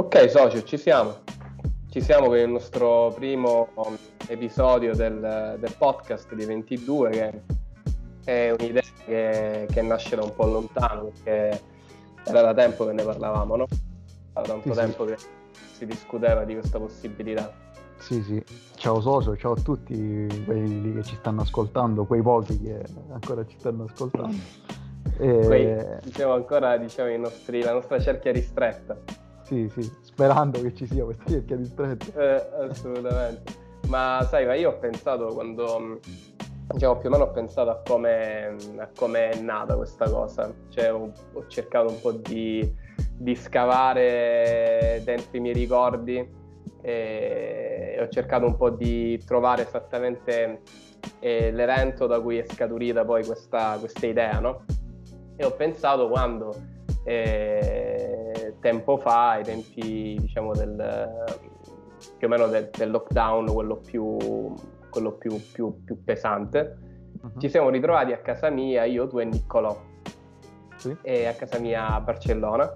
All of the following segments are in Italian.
Ok, socio, ci siamo. Ci siamo con il nostro primo episodio del podcast di 22, che è un'idea che nasce da un po' lontano, perché era da tempo che ne parlavamo, no? Da tanto Sì, tempo che si discuteva di questa possibilità. sì. Ciao Soso, ciao a tutti quelli che ci stanno ascoltando, quei pochi che ancora ci stanno ascoltando. Siamo ancora, diciamo, la nostra cerchia ristretta. Sì, sperando che ci sia questa cerchia di stretto. Assolutamente. Ma sai, io ho pensato diciamo, più o meno ho pensato a come è nata questa cosa. Cioè, ho cercato un po' di scavare dentro i miei ricordi e ho cercato un po' di trovare esattamente l'evento da cui è scaturita poi questa idea, no? E ho pensato quando tempo fa, ai tempi, diciamo, più o meno del lockdown, quello più pesante, ci siamo ritrovati a casa mia, io, tu e Niccolò, Sì. e a casa mia a Barcellona,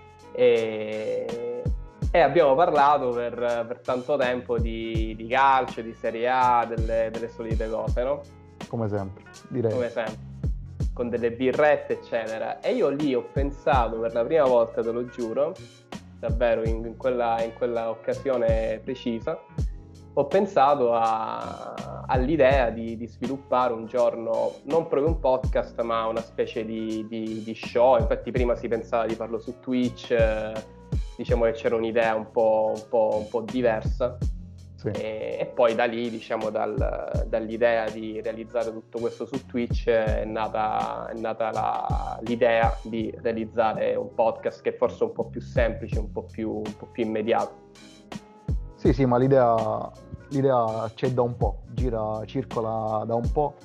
e abbiamo parlato per tanto tempo di calcio, di Serie A, delle solite cose, no? Come sempre, direi. Come sempre, con delle birrette, eccetera. E io lì ho pensato per la prima volta, te lo giuro, davvero in quella occasione precisa, ho pensato all'idea di sviluppare un giorno non proprio un podcast, ma una specie di show. Infatti prima si pensava di farlo su Twitch, diciamo che c'era un'idea un po' diversa. Sì. E poi da lì, diciamo, dall'idea di realizzare tutto questo su Twitch è nata l'idea di realizzare un podcast che forse è un po' più semplice, un po' più immediato. Sì, ma l'idea c'è da un po', circola da un po'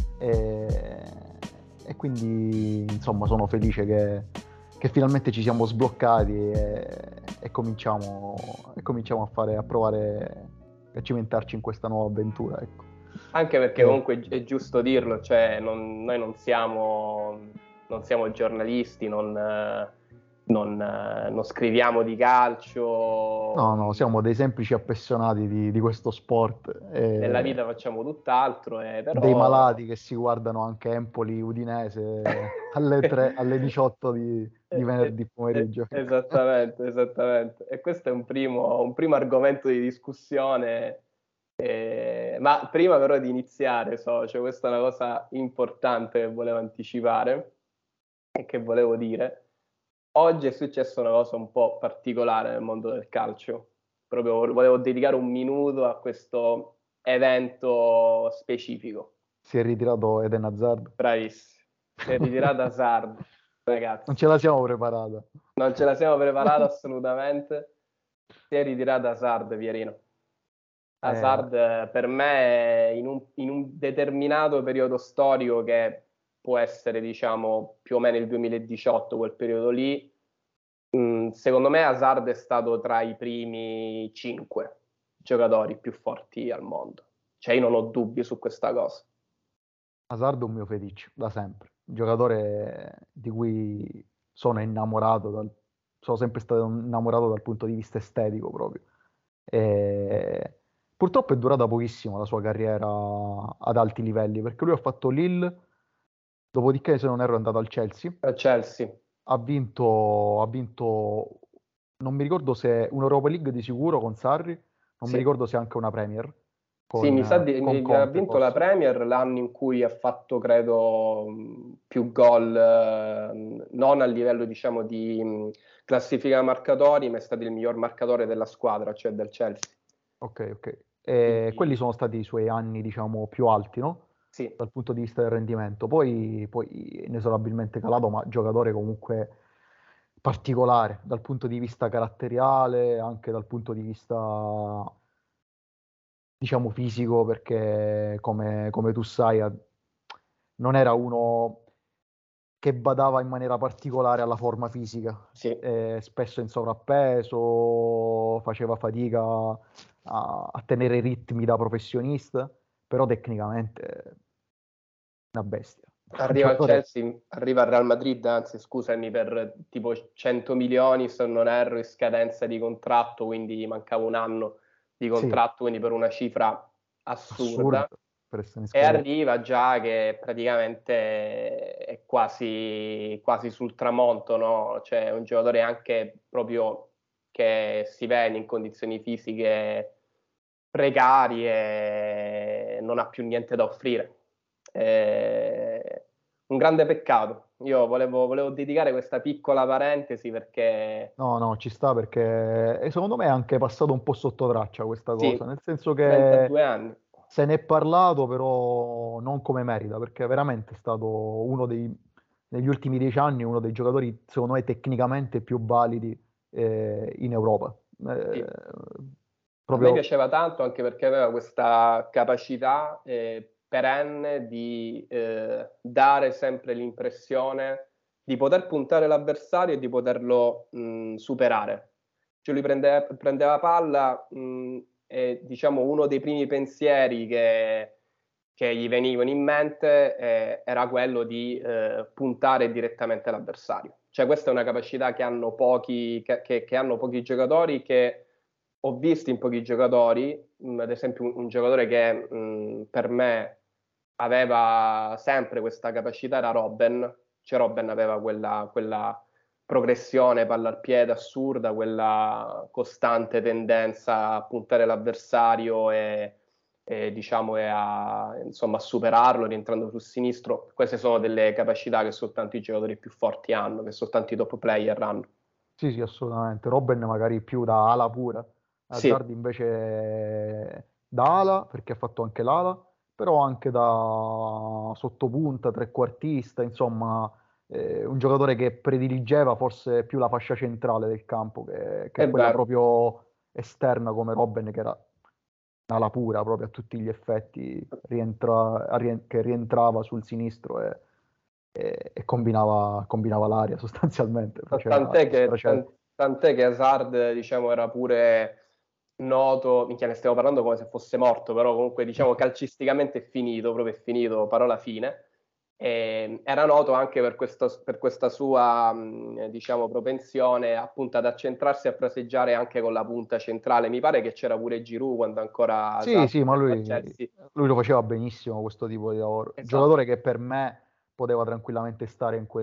e quindi insomma sono felice che finalmente ci siamo sbloccati e cominciamo a provare a cimentarci in questa nuova avventura, ecco. Anche perché comunque è giusto dirlo, cioè noi non siamo giornalisti, non scriviamo di calcio. No, siamo dei semplici appassionati di questo sport, Nella vita facciamo tutt'altro, dei però malati che si guardano anche Empoli Udinese alle 18 di venerdì pomeriggio. esattamente. E questo è un primo argomento di discussione. Ma prima però di iniziare, socio, questa è una cosa importante che volevo anticipare e che volevo dire. Oggi è successa una cosa un po' particolare nel mondo del calcio. Proprio volevo dedicare un minuto a questo evento specifico. Si è ritirato Eden Hazard. Bravissimo. Si è ritirato Hazard, Non ragazzi. ce la siamo preparata. Non ce la siamo preparata assolutamente. Si è ritirato Hazard, Pierino. Hazard per me in un determinato periodo storico che può essere, diciamo, più o meno il 2018, quel periodo lì, secondo me Hazard è stato tra i primi 5 giocatori più forti al mondo. Cioè io non ho dubbi su questa cosa. Hazard è un mio feticcio, da sempre. Un giocatore di cui sono sempre stato innamorato dal punto di vista estetico proprio. E purtroppo è durata pochissimo la sua carriera ad alti livelli, perché lui ha fatto Lille, dopodiché se non erro è andato al Chelsea, Al Chelsea. ha vinto, non mi ricordo se un'Europa League di sicuro con Sarri, non mi Sì. ricordo se anche una Premier Sì, mi sa con ha Conte vinto la forse. Premier l'anno in cui ha fatto, credo, più gol, non a livello, diciamo, di classifica marcatori, ma è stato il miglior marcatore della squadra, cioè del Chelsea. Ok. E quelli Quindi, sono stati i suoi anni, diciamo, più alti, no? sì, Dal punto di vista del rendimento. Poi inesorabilmente calato, ma giocatore comunque particolare dal punto di vista caratteriale, anche dal punto di vista, diciamo, fisico, perché come tu sai, non era uno che badava in maniera particolare alla forma fisica, sì. spesso in sovrappeso, faceva fatica a tenere i ritmi da professionista, però tecnicamente una bestia. Un Arriva al giocatore... Chelsea, arriva al Real Madrid, anzi scusami, per tipo 100 milioni, se non erro, in scadenza di contratto, quindi gli mancava un anno di Sì, contratto, quindi per una cifra assurda. assurdo per essere in E scadenza. arriva già che praticamente è quasi, quasi sul tramonto, no? Cioè è un giocatore anche proprio che si vede in condizioni fisiche precarie e non ha più niente da offrire. Un grande peccato. Io volevo dedicare questa piccola parentesi perché No, no, ci sta perché secondo me è anche passato un po' sotto traccia questa sì, cosa, nel senso che 32 anni. se ne è parlato però non come merita, perché veramente è stato uno dei, negli ultimi 10 anni, uno dei giocatori secondo me tecnicamente più validi in Europa. Sì. A me Proprio piaceva tanto anche perché aveva questa capacità perenne di dare sempre l'impressione di poter puntare l'avversario e di poterlo superare. Cioè lui prendeva palla e diciamo uno dei primi pensieri che gli venivano in mente era quello di puntare direttamente l'avversario. Cioè questa è una capacità che hanno pochi, che hanno pochi giocatori che ho visto in pochi giocatori, ad esempio un giocatore che per me aveva sempre questa capacità era Robben, cioè Robben aveva quella progressione palla al piede assurda, quella costante tendenza a puntare l'avversario diciamo, insomma, a superarlo rientrando sul sinistro. Queste sono delle capacità che soltanto i giocatori più forti hanno, che soltanto i top player hanno. sì, sì, assolutamente. Robben magari più da ala pura, Sì, Hazard invece da ala, perché ha fatto anche l'ala, però anche da sottopunta, trequartista, insomma, un giocatore che prediligeva forse più la fascia centrale del campo che è quella vero. proprio esterna come Robben, che era un'ala pura proprio a tutti gli effetti, che rientrava sul sinistro e combinava l'aria sostanzialmente, faceva Tant'è che, stracetto. tant'è che Hazard, diciamo, era pure noto, minchia, ne stiamo parlando come se fosse morto, però comunque, diciamo, calcisticamente è finito, proprio è finito, parola fine. E era noto anche per questa sua, diciamo, propensione appunto ad accentrarsi e a fraseggiare anche con la punta centrale. Mi pare che c'era pure Giroud quando ancora Sì, Hazard sì, ma era al lui, Chelsea. lui lo faceva benissimo questo tipo di lavoro. Esatto, Giocatore che per me poteva tranquillamente stare in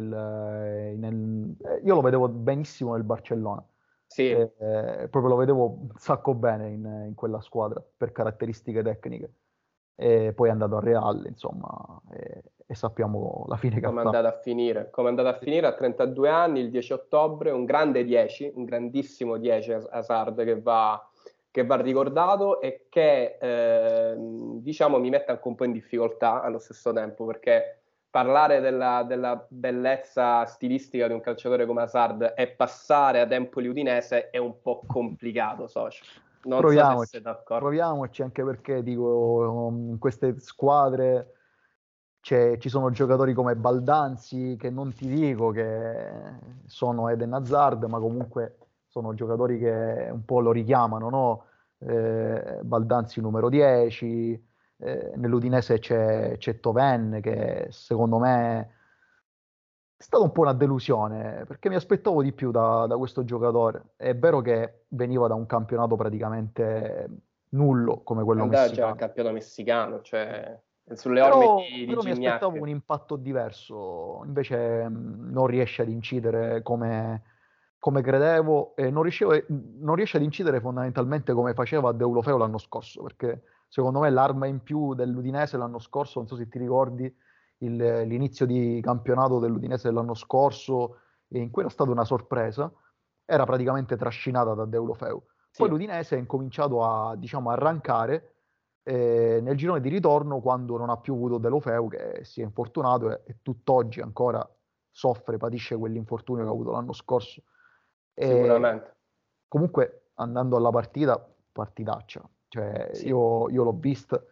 io lo vedevo benissimo nel Barcellona. sì. Proprio lo vedevo un sacco bene in quella squadra per caratteristiche tecniche. E poi è andato al Real, insomma, e sappiamo la fine che ha Come è fatto. andata a finire? Come è andata a Sì, finire a 32 anni, il 10 ottobre, un grande 10, un grandissimo 10 Hazard che va ricordato e che diciamo mi mette anche un po' in difficoltà allo stesso tempo perché parlare della bellezza stilistica di un calciatore come Hazard e passare ad Empoli Udinese è un po' complicato, socio. Non so se sei proviamoci, d'accordo. proviamoci anche perché dico, in queste squadre ci sono giocatori come Baldanzi che non ti dico che sono Eden Hazard, ma comunque sono giocatori che un po' lo richiamano, no? Baldanzi numero 10, nell'Udinese c'è Toven che secondo me è stata un po' una delusione perché mi aspettavo di più da questo giocatore. È vero che veniva da un campionato praticamente nullo come quello Andava già al messicano. campionato messicano, Sì. cioè sulle orme di Però mi aspettavo Gignac. un impatto diverso, invece non riesce ad incidere come credevo e non riesce ad incidere fondamentalmente come faceva Deulofeu l'anno scorso, perché secondo me l'arma in più dell'Udinese l'anno scorso, non so se ti ricordi l'inizio di campionato dell'Udinese dell'anno scorso, in cui era stata una sorpresa, era praticamente trascinata da Deulofeu. Poi Sì, l'Udinese ha incominciato a, diciamo, arrancare nel girone di ritorno quando non ha più avuto Deulofeu che si è infortunato e tutt'oggi ancora soffre, patisce quell'infortunio che ha avuto l'anno scorso. E sicuramente. comunque andando alla partita, partitaccia, cioè Sì. io l'ho vista.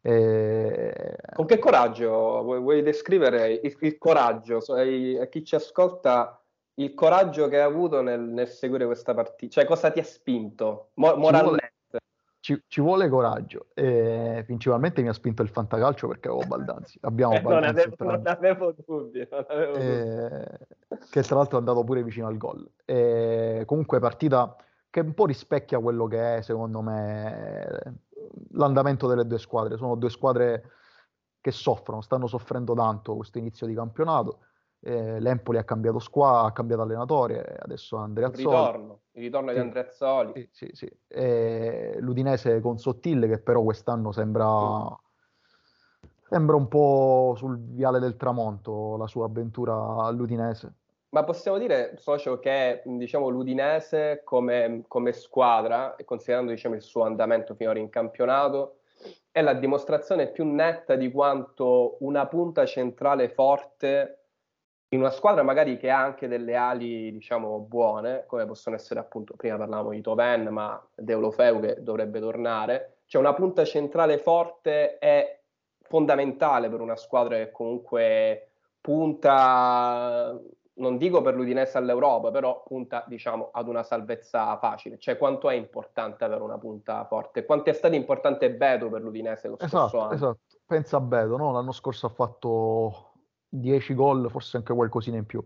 eh, Con che coraggio vuoi descrivere il coraggio a chi ci ascolta, il coraggio che hai avuto nel seguire questa partita? Cioè, cosa ti ha spinto ci vuole, moralmente? ci vuole coraggio. E principalmente mi ha spinto il fantacalcio perché avevo Baldanzi. Abbiamo Non Baldanzi avevo, non entrambi. avevo dubbi, non avevo dubbi. eh, che tra l'altro è andato pure vicino al gol. Comunque partita che un po' rispecchia quello che è, secondo me, l'andamento delle due squadre. Sono due squadre che soffrono, stanno soffrendo tanto questo inizio di campionato. L'Empoli ha cambiato squadra, ha cambiato allenatore, adesso Un Andreazzoli. ritorno, il ritorno di Sì, Andreazzoli. sì, sì, sì. L'Udinese con Sottile che però quest'anno Mm. sembra un po' sul viale del tramonto la sua avventura all'Udinese. Ma possiamo dire, socio, che diciamo, l'Udinese come squadra, e considerando diciamo, il suo andamento finora in campionato, è la dimostrazione più netta di quanto una punta centrale forte in una squadra magari che ha anche delle ali, diciamo, buone, come possono essere appunto, prima parlavamo di Toven, ma Deulofeu che dovrebbe tornare, cioè una punta centrale forte è fondamentale per una squadra che comunque punta, non dico per l'Udinese all'Europa, però punta, diciamo, ad una salvezza facile. Cioè, quanto è importante avere una punta forte? Quanto è stato importante Beto per l'Udinese lo scorso Esatto, anno? esatto. Pensa a Beto, no? L'anno scorso ha fatto 10 gol, forse anche qualcosina in più.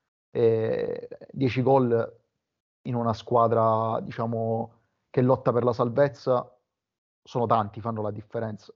10 gol in una squadra, diciamo, che lotta per la salvezza, sono tanti, fanno la differenza.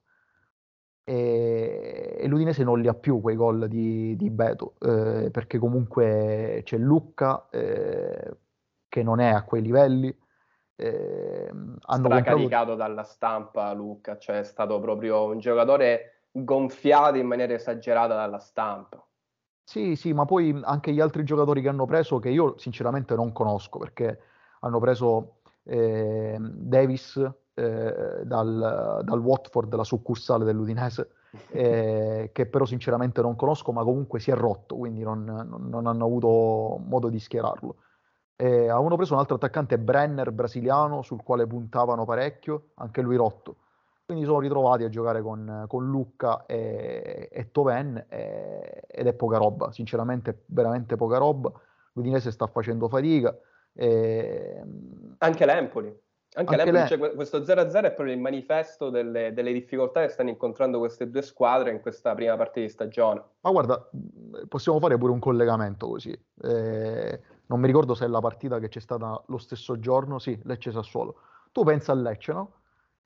E l'Udinese non li ha più quei gol di Beto, perché comunque c'è Lucca, che non è a quei livelli. Hanno comprato. Stracaricato dalla stampa Luca, cioè è stato proprio un giocatore gonfiato in maniera esagerata dalla stampa. Sì, sì, ma poi anche gli altri giocatori che hanno preso, che io sinceramente non conosco, perché hanno preso Davis dal Watford, la succursale dell'Udinese, che però sinceramente non conosco, ma comunque si è rotto, quindi non hanno avuto modo di schierarlo. Avevano preso un altro attaccante, Brenner, brasiliano, sul quale puntavano parecchio, anche lui rotto. Quindi sono ritrovati a giocare con Lucca e Toven ed è poca roba, sinceramente veramente poca roba. L'Udinese sta facendo fatica. E, Anche l'Empoli. Anche anche l'Empoli, lei, cioè, questo 0-0 è proprio il manifesto delle difficoltà che stanno incontrando queste due squadre in questa prima parte di stagione. ma guarda, possiamo fare pure un collegamento così. Non mi ricordo se è la partita che c'è stata lo stesso giorno, sì, Lecce-Sassuolo. Tu pensa al Lecce, no?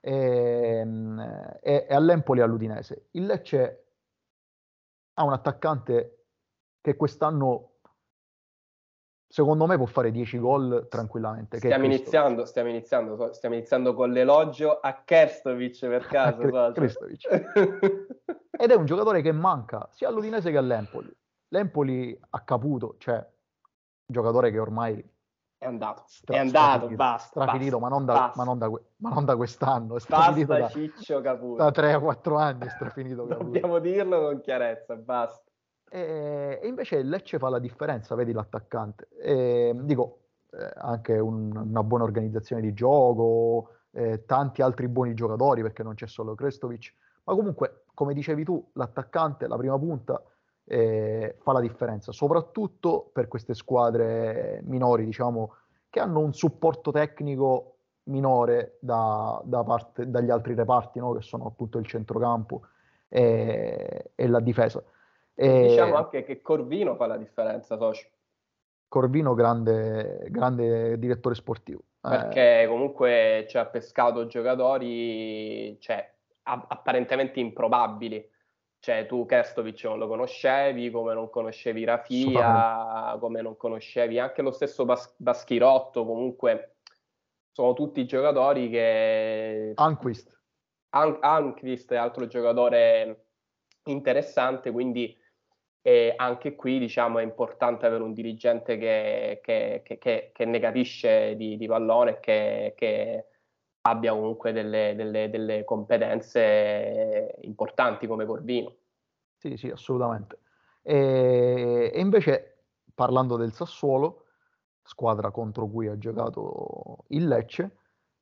E all'Empoli e all'Udinese. Il Lecce ha un attaccante che quest'anno, secondo me, può fare 10 gol tranquillamente, che è Kristovic. Stiamo iniziando con l'elogio a Kerstovic per caso, socio. Kristovic. Ed è un giocatore che manca sia all'Udinese che all'Empoli. L'Empoli ha Caputo, cioè un giocatore che ormai È andato, strafinito, basta, strafinito, basta, basta, ma non da quest'anno, è strafinito basta da, Ciccio da Caputo. 3 o 4 anni, è strafinito Caputo. Dobbiamo dirlo con chiarezza, basta. E invece il Lecce fa la differenza, vedi l'attaccante. Dico, anche una buona organizzazione di gioco, tanti altri buoni giocatori, perché non c'è solo Krestovic, ma comunque, come dicevi tu, l'attaccante, la prima punta, fa la differenza, soprattutto per queste squadre minori, diciamo, che hanno un supporto tecnico minore dagli altri reparti, no? Che sono appunto il centrocampo e la difesa. E diciamo E anche che Corvino fa la differenza, socio, Corvino, grande, grande direttore sportivo. perché comunque ci ha pescato giocatori, cioè, apparentemente improbabili. Cioè, tu Kerstovic non lo conoscevi, come non conoscevi Assolutamente. Rafia, come non conoscevi anche lo stesso Baschirotto, comunque sono tutti giocatori che... Anquist, Almqvist è altro giocatore interessante, quindi anche qui diciamo è importante avere un dirigente che ne capisce di pallone e che abbia comunque delle competenze importanti come Corvino. sì, sì, assolutamente. E invece, parlando del Sassuolo, squadra contro cui ha giocato il Lecce,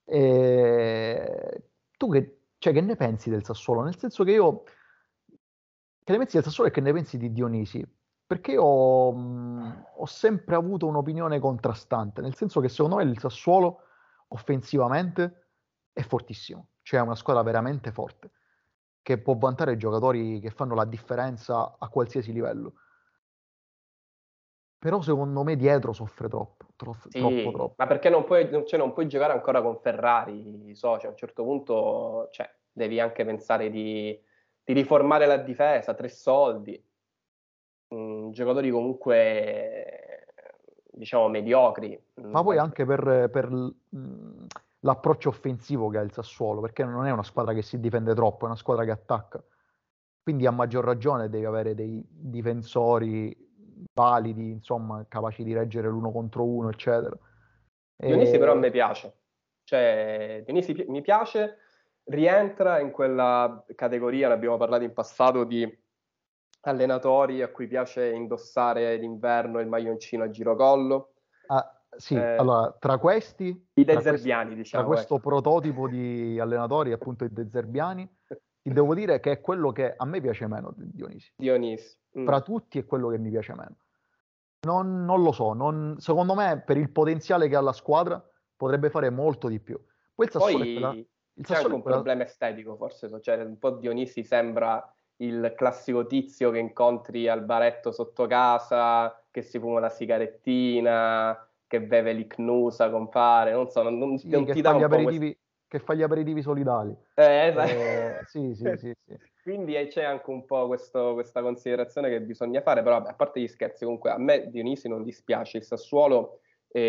tu che ne pensi del Sassuolo? Nel senso che io, che ne pensi del Sassuolo e che ne pensi di Dionisi? Perché io ho sempre avuto un'opinione contrastante, nel senso che secondo me il Sassuolo offensivamente è fortissimo, cioè è una squadra veramente forte, che può vantare giocatori che fanno la differenza a qualsiasi livello. Però secondo me dietro soffre troppo, troppo, Sì, troppo. ma perché non puoi giocare ancora con Ferrari, socio, a un certo punto, cioè, devi anche pensare di riformare la difesa, tre soldi. Giocatori comunque, diciamo, mediocri. Ma poi anche l'approccio offensivo che ha il Sassuolo, perché non è una squadra che si difende troppo, è una squadra che attacca. Quindi a maggior ragione devi avere dei difensori validi, insomma, capaci di reggere l'uno contro uno, eccetera. Dionisi però a me E... piace, cioè Dionisi mi piace, rientra in quella categoria, ne abbiamo parlato in passato, di allenatori a cui piace indossare d'inverno il maglioncino a girocollo. Sì, Eh, allora, I dezerbiani, tra diciamo, questo ecco. prototipo di allenatori, appunto i De Zerbiani, ti devo dire che è quello che a me piace meno di Dionisi. Dionisi. Fra tutti è quello che mi piace meno. Non lo so, secondo me per il potenziale che ha la squadra potrebbe fare molto di più. Poi Poi il c'è anche Sassuolo è un quella, problema estetico, forse, cioè un po' Dionisi sembra il classico tizio che incontri al baretto sotto casa, che si fuma la sigarettina, che beve l'icnusa, compare, non so, sì, non ti dà un po' questo... che fa gli aperitivi solidali. Sì, sì, sì, sì. Quindi c'è anche un po' questa considerazione che bisogna fare, però vabbè, a parte gli scherzi, comunque a me Dionisi non dispiace, il Sassuolo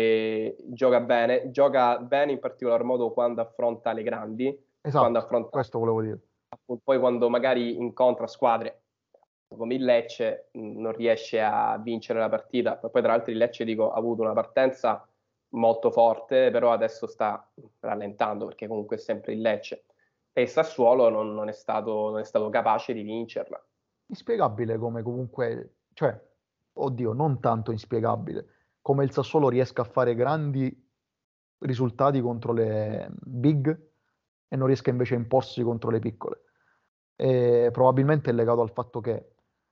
gioca bene in particolar modo quando affronta le grandi, quando Esatto, affronta, questo volevo dire. poi quando magari incontra squadre come il Lecce non riesce a vincere la partita, poi tra l'altro il Lecce dico, ha avuto una partenza molto forte, però adesso sta rallentando perché comunque è sempre il Lecce e il Sassuolo non è stato capace di vincerla. Inspiegabile come comunque, cioè, oddio, non tanto inspiegabile, come il Sassuolo riesca a fare grandi risultati contro le big e non riesca invece a imporsi contro le piccole. E probabilmente è legato al fatto che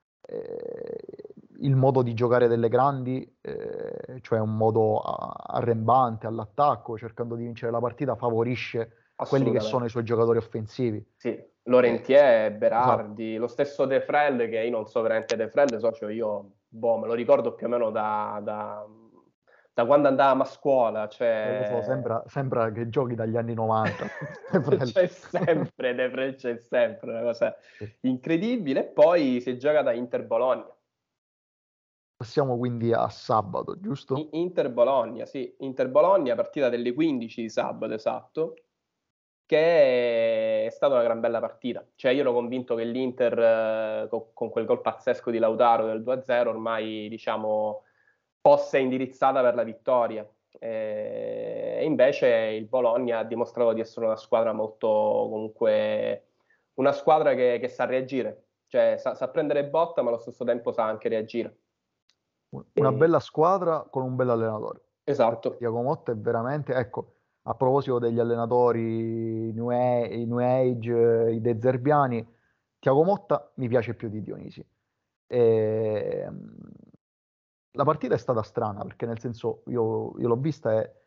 il modo di giocare delle grandi, cioè un modo arrembante all'attacco, cercando di vincere la partita, favorisce quelli che sono i Assolutamente. suoi giocatori offensivi. Sì, Eh, Lorentier, esatto. Berardi, lo stesso De Frel, che io non so veramente De Frel, socio, io boh, me lo ricordo più o meno da quando andavamo a scuola, Lo so, cioè sembra che giochi dagli anni 90. Frel. c'è sempre, De Frel c'è sempre, una cosa incredibile. E poi si gioca da Inter Bologna. Passiamo quindi a sabato, giusto? Inter Bologna, sì, Inter Bologna, partita delle 15 di sabato, esatto, che è stata una gran bella partita. Cioè io ero convinto che l'Inter, con quel gol pazzesco di Lautaro del 2-0, ormai, diciamo, fosse indirizzata per la vittoria. E invece il Bologna ha dimostrato di essere una squadra molto, comunque, una squadra che sa reagire, cioè sa prendere botta, ma allo stesso tempo sa anche reagire. Una E- bella squadra con un bel allenatore. Perché esatto. Tiago Motta è veramente, ecco, a proposito degli allenatori i New Age, i De Zerbiani, Tiago Motta mi piace più di Dionisi. E, la partita è stata strana perché nel senso io l'ho vista e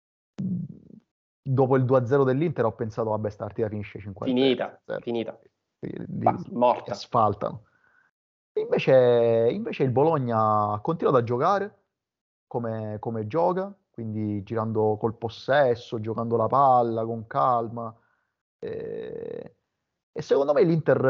dopo il 2-0 dell'Inter ho pensato, vabbè, sta partita finisce Finita, 50-0. finita, Li morta. asfaltano. Invece il Bologna ha continuato a giocare come gioca, quindi girando col possesso, giocando la palla con calma. E, e secondo me l'Inter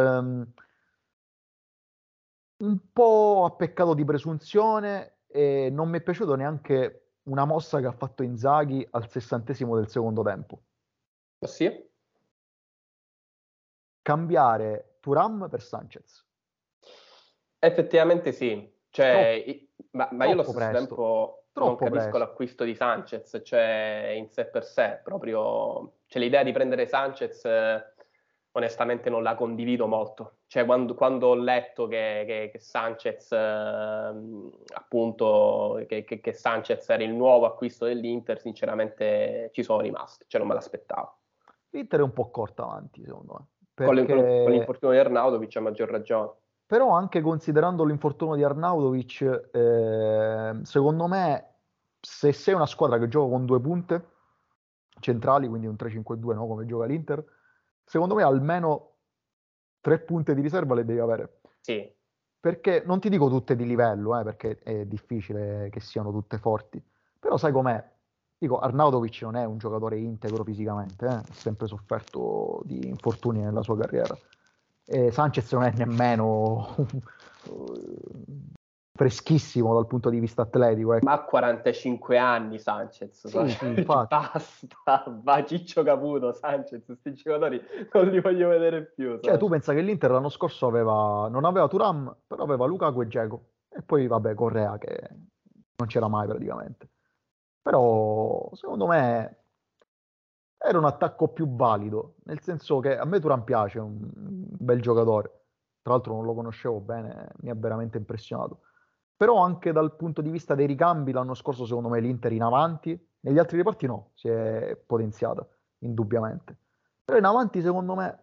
un po' ha peccato di presunzione e non mi è piaciuto neanche una mossa che ha fatto Inzaghi al 60° del secondo tempo. Sì, Cambiare Thuram per Sanchez. effettivamente sì. Cioè, Troppo, ma io allo troppo stesso presto, tempo non troppo capisco presto. l'acquisto di Sanchez, cioè in sé per sé, proprio, cioè, l'idea di prendere Sanchez, onestamente non la condivido molto. Cioè, quando ho letto che Sanchez, appunto, che Sanchez era il nuovo acquisto dell'Inter, sinceramente ci sono rimasto, cioè non me l'aspettavo. L'Inter è un po' corta avanti, secondo me, Con perché l'infortunio di Arnautovic a maggior ragione. però anche considerando l'infortunio di Arnautovic, secondo me se sei una squadra che gioca con due punte, centrali, quindi un 3-5-2, no? Come gioca l'Inter, secondo me almeno 3 punte di riserva le devi avere. Sì, Perché non ti dico tutte di livello, perché è difficile che siano tutte forti. Però sai com'è? Dico, Arnautovic non è un giocatore integro fisicamente, ha sempre sofferto di infortuni nella sua carriera. E Sanchez non è nemmeno freschissimo dal punto di vista atletico, ecco. ma ha 45 anni Sanchez, Sì, sì, infatti. basta, va Ciccio Caputo, Sanchez, questi giocatori non li voglio vedere più, Cioè, tu Sanchez. pensa che l'Inter l'anno scorso non aveva Thuram, però aveva Lukaku e Dzeko. E poi, vabbè, Correa che non c'era mai praticamente. Però, secondo me, era un attacco più valido, nel senso che a me Thuram piace, è un bel giocatore. Tra l'altro non lo conoscevo bene, mi ha veramente impressionato. Però anche dal punto di vista dei ricambi, l'anno scorso secondo me l'Inter in avanti, negli altri reparti no, si è potenziata, indubbiamente. Però in avanti secondo me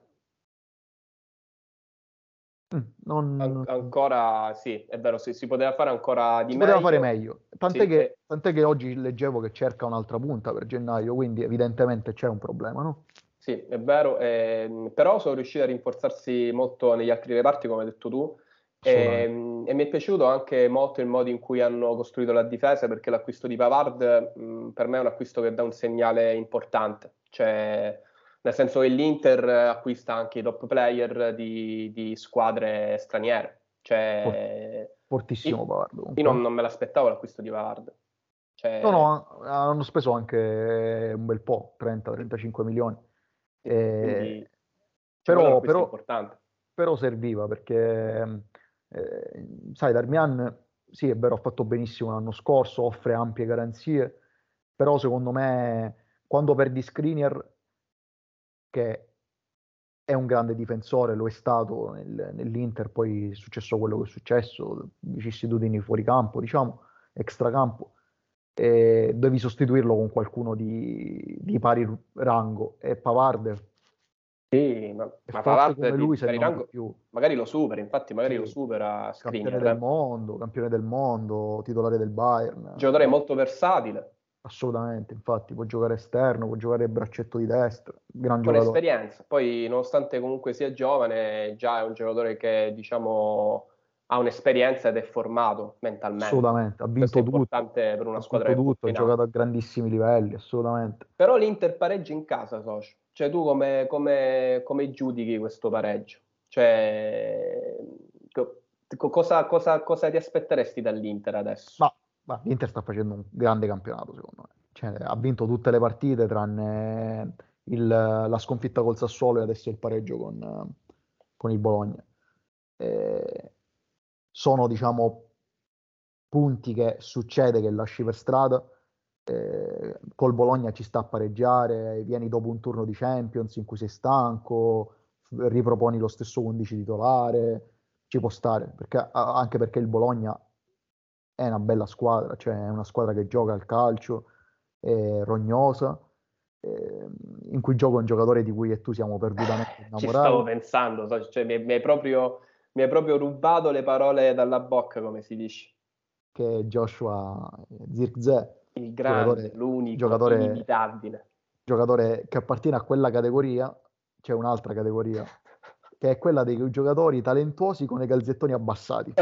non... Ancora, sì, è vero, si poteva fare ancora di si poteva fare meglio. meglio. Sì, Tant'è che oggi leggevo che cerca un'altra punta per gennaio, quindi evidentemente c'è un problema, no? sì, è vero, però sono riusciti a rinforzarsi molto negli altri reparti, come hai detto tu, Assolutamente. e mi è piaciuto anche molto il modo in cui hanno costruito la difesa, perché l'acquisto di Pavard, per me è un acquisto che dà un segnale importante, cioè nel senso che l'Inter acquista anche i top player di squadre straniere, For- cioè io, Fortissimo Pavard io comunque. non me l'aspettavo l'acquisto di Pavard, No, cioè, no, hanno speso anche un bel po', 30-35 milioni. quindi Eh, cioè, quello è un però, acquisto però, importante. però serviva perché, sai, Darmian, sì, è vero, ha fatto benissimo l'anno scorso, offre ampie garanzie, però secondo me quando perdi Skriniar, che è un grande difensore, lo è stato nell'Inter, poi è successo quello che è successo, vicissitudini fuori campo, diciamo, extracampo, e devi sostituirlo con qualcuno di pari rango, e Pavard Sì, è ma forte Pavard come lui, di se pari non di rango più. magari lo supera, infatti magari lo Sì, supera Skriniar, eh. campione del mondo, titolare del Bayern, Giocatore molto versatile, assolutamente, infatti può giocare esterno, può giocare braccetto di destra, gran con giocatore. esperienza. Poi, nonostante comunque sia giovane, già è un giocatore che, diciamo, ha un'esperienza ed è formato mentalmente. Assolutamente, Questo è importante per una ha squadra vinto che tutto, punta ha in giocato alto. a grandissimi livelli, assolutamente. Però l'Inter pareggia in casa, socio. Cioè, tu come giudichi questo pareggio? Cioè, cosa ti aspetteresti dall'Inter adesso? Ma, ma l'Inter sta facendo un grande campionato, secondo me. Cioè, ha vinto tutte le partite tranne la sconfitta col Sassuolo e adesso il pareggio con il Bologna. Eh, sono, diciamo, punti che succede che lasci per strada. Col Bologna ci sta a pareggiare, vieni dopo un turno di Champions in cui sei stanco, riproponi lo stesso 11 titolare, ci può stare, anche perché il Bologna è una bella squadra, cioè è una squadra che gioca al calcio, è rognosa, eh, in cui gioca un giocatore di cui io e tu siamo perdutamente Ci stavo innamorati, pensando, cioè, mi hai proprio rubato le parole dalla bocca, come si dice. che è Joshua Zirkzee, Il grande, giocatore, l'unico, giocatore, inimitabile. giocatore che appartiene a quella categoria, c'è un'altra categoria, che è quella dei giocatori talentuosi con i calzettoni abbassati.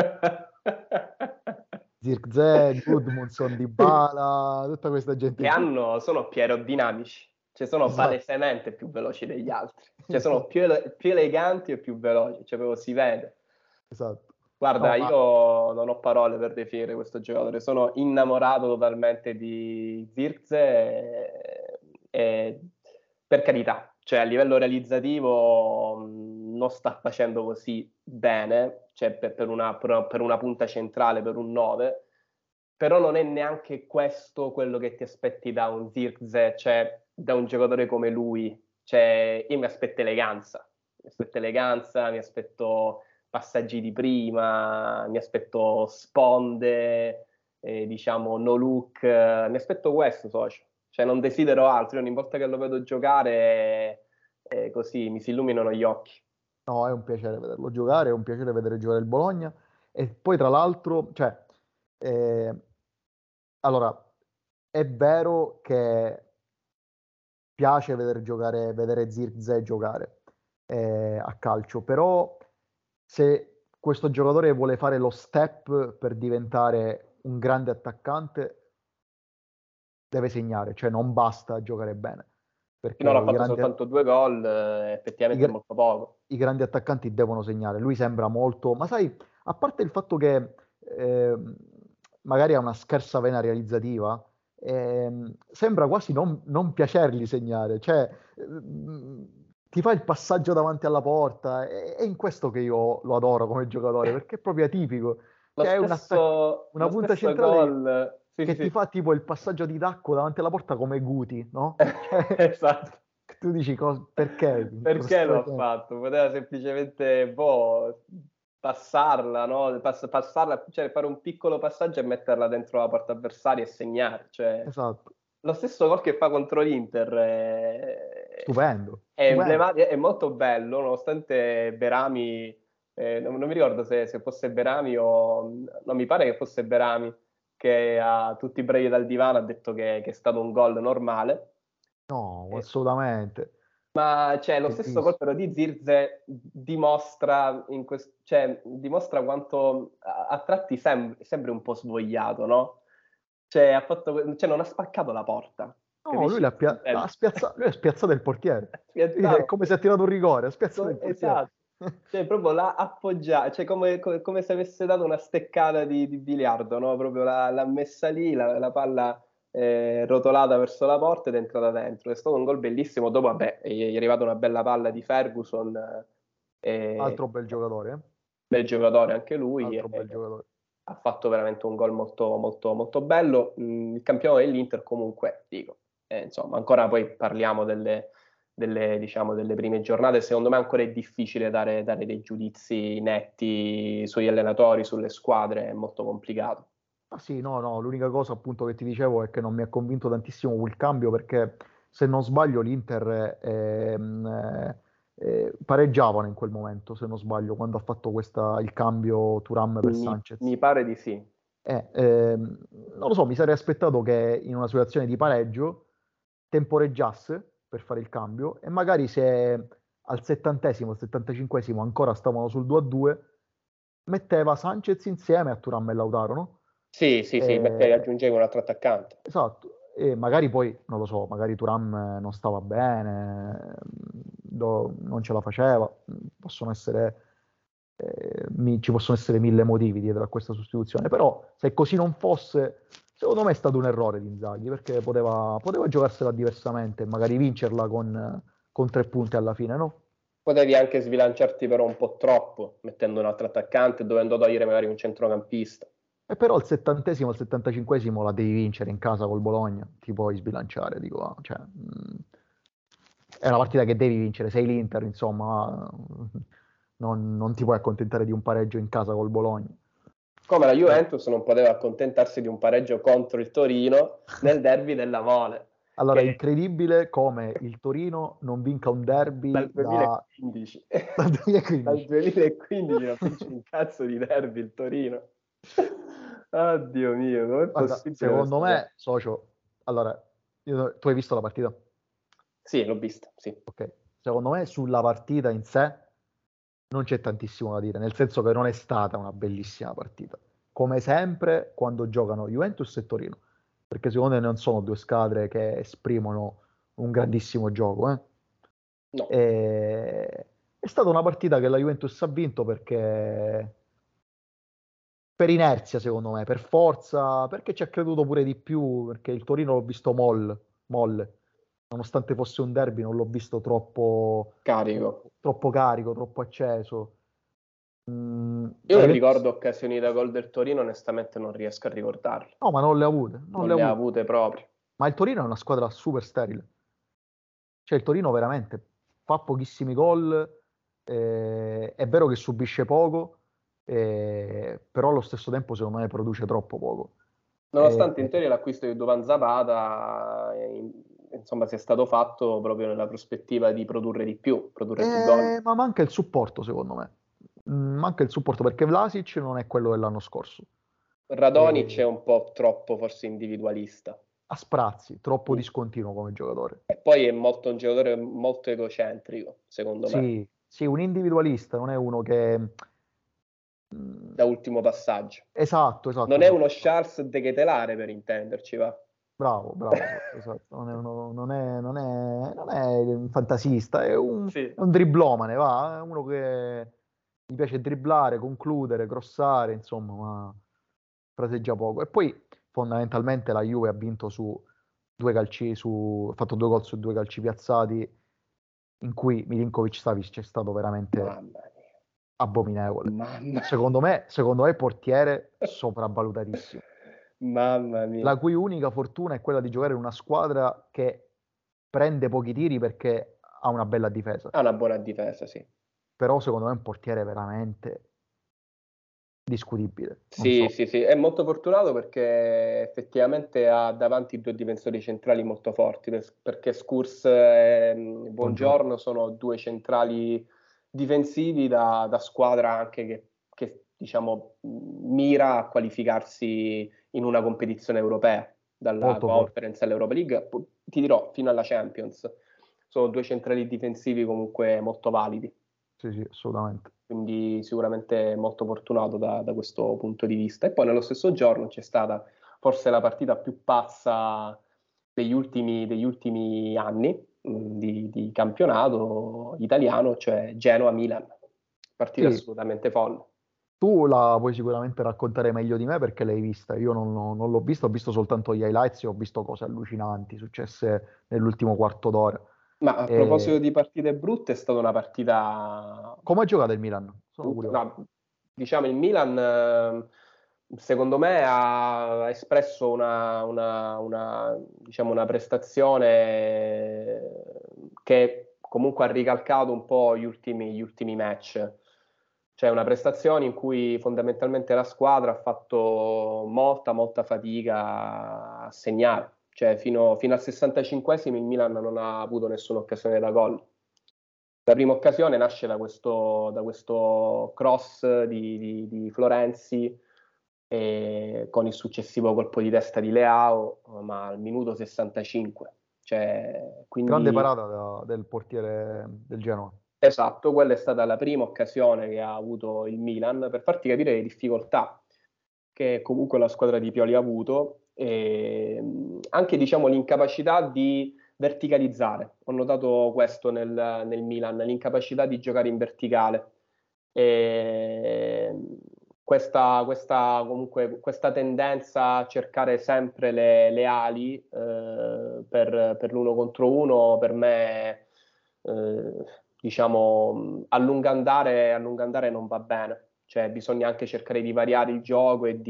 Zirkzee, Gudmundsson, Dybala, tutta questa gente qui. Sono più aerodinamici, cioè sono Esatto, palesemente più veloci degli altri, cioè sono esatto, più eleganti e più veloci, cioè proprio si vede. esatto. Guarda, No, ma io non ho parole per definire questo giocatore, sono innamorato totalmente di Zirkzee e per carità, cioè a livello realizzativo non sta facendo così bene, cioè per una punta centrale, per un 9, però non è neanche questo quello che ti aspetti da un Zirkzee, cioè da un giocatore come lui, cioè io mi aspetto eleganza, mi aspetto passaggi di prima, mi aspetto sponde, diciamo no look, mi aspetto questo, socio. Cioè non desidero altro, io ogni volta che lo vedo giocare così mi si illuminano gli occhi. no, è un piacere vederlo giocare, è un piacere vedere giocare il Bologna. E poi, tra l'altro, cioè, eh, allora, è vero che piace vedere Zirkzee giocare a calcio, però se questo giocatore vuole fare lo step per diventare un grande attaccante, deve segnare, cioè non basta giocare bene, perché Finora ha fatto soltanto 2 gol, i, effettivamente è gra- molto poco. i grandi attaccanti devono segnare. Lui sembra molto, ma sai, a parte il fatto che magari ha una scarsa vena realizzativa, sembra quasi non piacergli segnare, cioè ti fa il passaggio davanti alla porta, è in questo che io lo adoro come giocatore, perché è proprio atipico, Lo cioè è stesso, una lo punta stesso centrale gol, sì, sì, che ti sì, fa tipo il passaggio di tacco davanti alla porta come Guti, no? Cioè, esatto. tu dici perché? Cosa Perché stai lo ha facendo? fatto? Poteva semplicemente passarla, no? Passarla, cioè fare un piccolo passaggio e metterla dentro la porta avversaria e segnare. Cioè, Esatto, lo stesso gol che fa contro l'Inter stupendo, è stupendo. è molto bello, nonostante Berami, non mi ricordo se fosse Berami o... Non mi pare che fosse Berami, che a tutti i brevi dal divano ha detto che è stato un gol normale. No, Eh, assolutamente. ma cioè, lo stesso Bellissimo. colpo di Zirze dimostra, cioè, dimostra quanto a tratti sembri un po' svogliato, no? Cioè, cioè, non ha spaccato la porta, No, lui capisci cosa intendo? lui ha spiazzato il portiere. È Spiazzato. come se ha tirato un rigore, ha spiazzato il portiere. Esatto, cioè proprio l'ha appoggiata, cioè come se avesse dato una steccata di biliardo, no? Proprio l'ha messa lì, la palla rotolata verso la porta ed è entrata dentro. È stato un gol bellissimo. Dopo, vabbè, è arrivata una bella palla di Ferguson, Altro bel giocatore, bel giocatore anche lui, altro bel giocatore. ha fatto veramente un gol molto, molto, molto bello. Il campione dell'Inter comunque, dico, insomma, ancora poi parliamo diciamo, delle prime giornate. Secondo me ancora è difficile dare dei giudizi netti sugli allenatori, sulle squadre, è molto complicato. Ah sì, no, l'unica cosa appunto che ti dicevo è che non mi ha convinto tantissimo quel cambio perché se non sbaglio l'Inter pareggiavano in quel momento, se non sbaglio, quando ha fatto il cambio Thuram per Mi Sanchez. pare di sì. Non lo so, mi sarei aspettato che in una situazione di pareggio temporeggiasse per fare il cambio e magari se al 70esimo, al 75esimo ancora stavano sul 2-2, metteva Sanchez insieme a Thuram e Lautaro, no? Sì, sì, sì, perché Eh, aggiungevo un altro attaccante. esatto, e magari poi, non lo so, magari Thuram non stava bene, non ce la faceva, ci possono essere mille motivi dietro a questa sostituzione, però se così non fosse, secondo me è stato un errore di Inzaghi, perché poteva giocarsela diversamente, magari vincerla con 3 punti alla fine, no? Potevi anche sbilanciarti però un po' troppo, mettendo un altro attaccante, dovendo togliere magari un centrocampista. E però al 70esimo, al 75esimo la devi vincere in casa col Bologna, ti puoi sbilanciare, dico, cioè, è una partita che devi vincere, sei l'Inter, insomma, non ti puoi accontentare di un pareggio in casa col Bologna. Come la Eh, Juventus non poteva accontentarsi di un pareggio contro il Torino nel derby della Mole, allora, è che incredibile come il Torino non vinca un derby dal 2015, dal dal 2015. 2015 non vince un cazzo di derby il Torino. Oddio mio, com'è Guarda, possibile secondo questa cosa? me, socio, allora, tu hai visto la partita? Sì, l'ho vista, sì. Ok. Secondo me sulla partita in sé non c'è tantissimo da dire, nel senso che non è stata una bellissima partita. Come sempre quando giocano Juventus e Torino, perché secondo me non sono due squadre che esprimono un grandissimo gioco. No, È stata una partita che la Juventus ha vinto perché per inerzia, secondo me, per forza, perché ci ha creduto pure di più, perché il Torino l'ho visto molle. Nonostante fosse un derby, non l'ho visto carico. troppo carico, troppo acceso. Io La non Juventus, ricordo occasioni da gol del Torino, onestamente non riesco a ricordarle. no, ma non le ha avute, non le Non ha le ha avute. avute proprio. Ma il Torino è una squadra super sterile. Cioè il Torino veramente fa pochissimi gol, è vero che subisce poco, però allo stesso tempo secondo me produce troppo poco. Nonostante in teoria l'acquisto di Duvan Zapata, insomma, sia stato fatto proprio nella prospettiva di produrre più gol. Ma manca il supporto, secondo me. Manca il supporto perché Vlasic non è quello dell'anno scorso. Radonic è Eh, un po' troppo forse individualista. a sprazzi, troppo Mm. discontinuo come giocatore. E poi è un giocatore molto egocentrico, secondo me, Sì, sì, un individualista, non è uno che... da ultimo passaggio. Esatto, esatto, Non è uno esatto. Charles de Ketelare, per intenderci, va. Bravo, bravo, esatto, esatto. Non è un fantasista, Sì. è un driblomane, va? È uno che gli piace dribblare, concludere, crossare, insomma, ma fraseggia poco. E poi fondamentalmente la Juve ha vinto su ha fatto 2 gol su 2 calci piazzati in cui Milinkovic-Savic è stato veramente Mamma mia. abominevole. Mamma Secondo me portiere sopravvalutatissimo, Mamma mia. la cui unica fortuna è quella di giocare in una squadra che prende pochi tiri perché ha una bella difesa. Ha una buona difesa, sì. Però secondo me è un portiere veramente discutibile. Non Sì, so. sì, sì, è molto fortunato perché effettivamente ha davanti due difensori centrali molto forti, perché Scurs e Buongiorno. Buongiorno sono due centrali difensivi da squadra anche diciamo, mira a qualificarsi in una competizione europea, dalla Molto forte. Conference all'Europa League, ti dirò, fino alla Champions. Sono due centrali difensivi comunque molto validi. Sì, sì, assolutamente. Quindi sicuramente molto fortunato da questo punto di vista. E poi nello stesso giorno c'è stata forse la partita più pazza degli ultimi anni di campionato italiano, cioè Genoa-Milan. Partita Sì, assolutamente folle. tu la puoi sicuramente raccontare meglio di me perché l'hai vista. Io non l'ho vista, ho visto soltanto gli highlights e ho visto cose allucinanti successe nell'ultimo quarto d'ora. Ma a proposito E... di partite brutte, è stata una partita Come ha giocato il Milan? Sono brutta. curioso. No, diciamo il Milan, secondo me, ha espresso diciamo, una prestazione che comunque ha ricalcato un po' gli ultimi match. Cioè una prestazione in cui fondamentalmente la squadra ha fatto molta fatica a segnare. Cioè fino al 65esimo il Milan non ha avuto nessuna occasione da gol. La prima occasione nasce da questo cross di Florenzi con il successivo colpo di testa di Leao, ma al minuto 65. Cioè, Grande quindi, parata del portiere del Genoa. esatto, quella è stata la prima occasione che ha avuto il Milan per farti capire le difficoltà che comunque la squadra di Pioli ha avuto e anche diciamo l'incapacità di verticalizzare. Ho notato questo nel Milan, l'incapacità di giocare in verticale. E comunque, questa tendenza a cercare sempre le ali per l'uno contro uno, per me, diciamo, a lungo andare non va bene. Cioè, bisogna anche cercare di variare il gioco e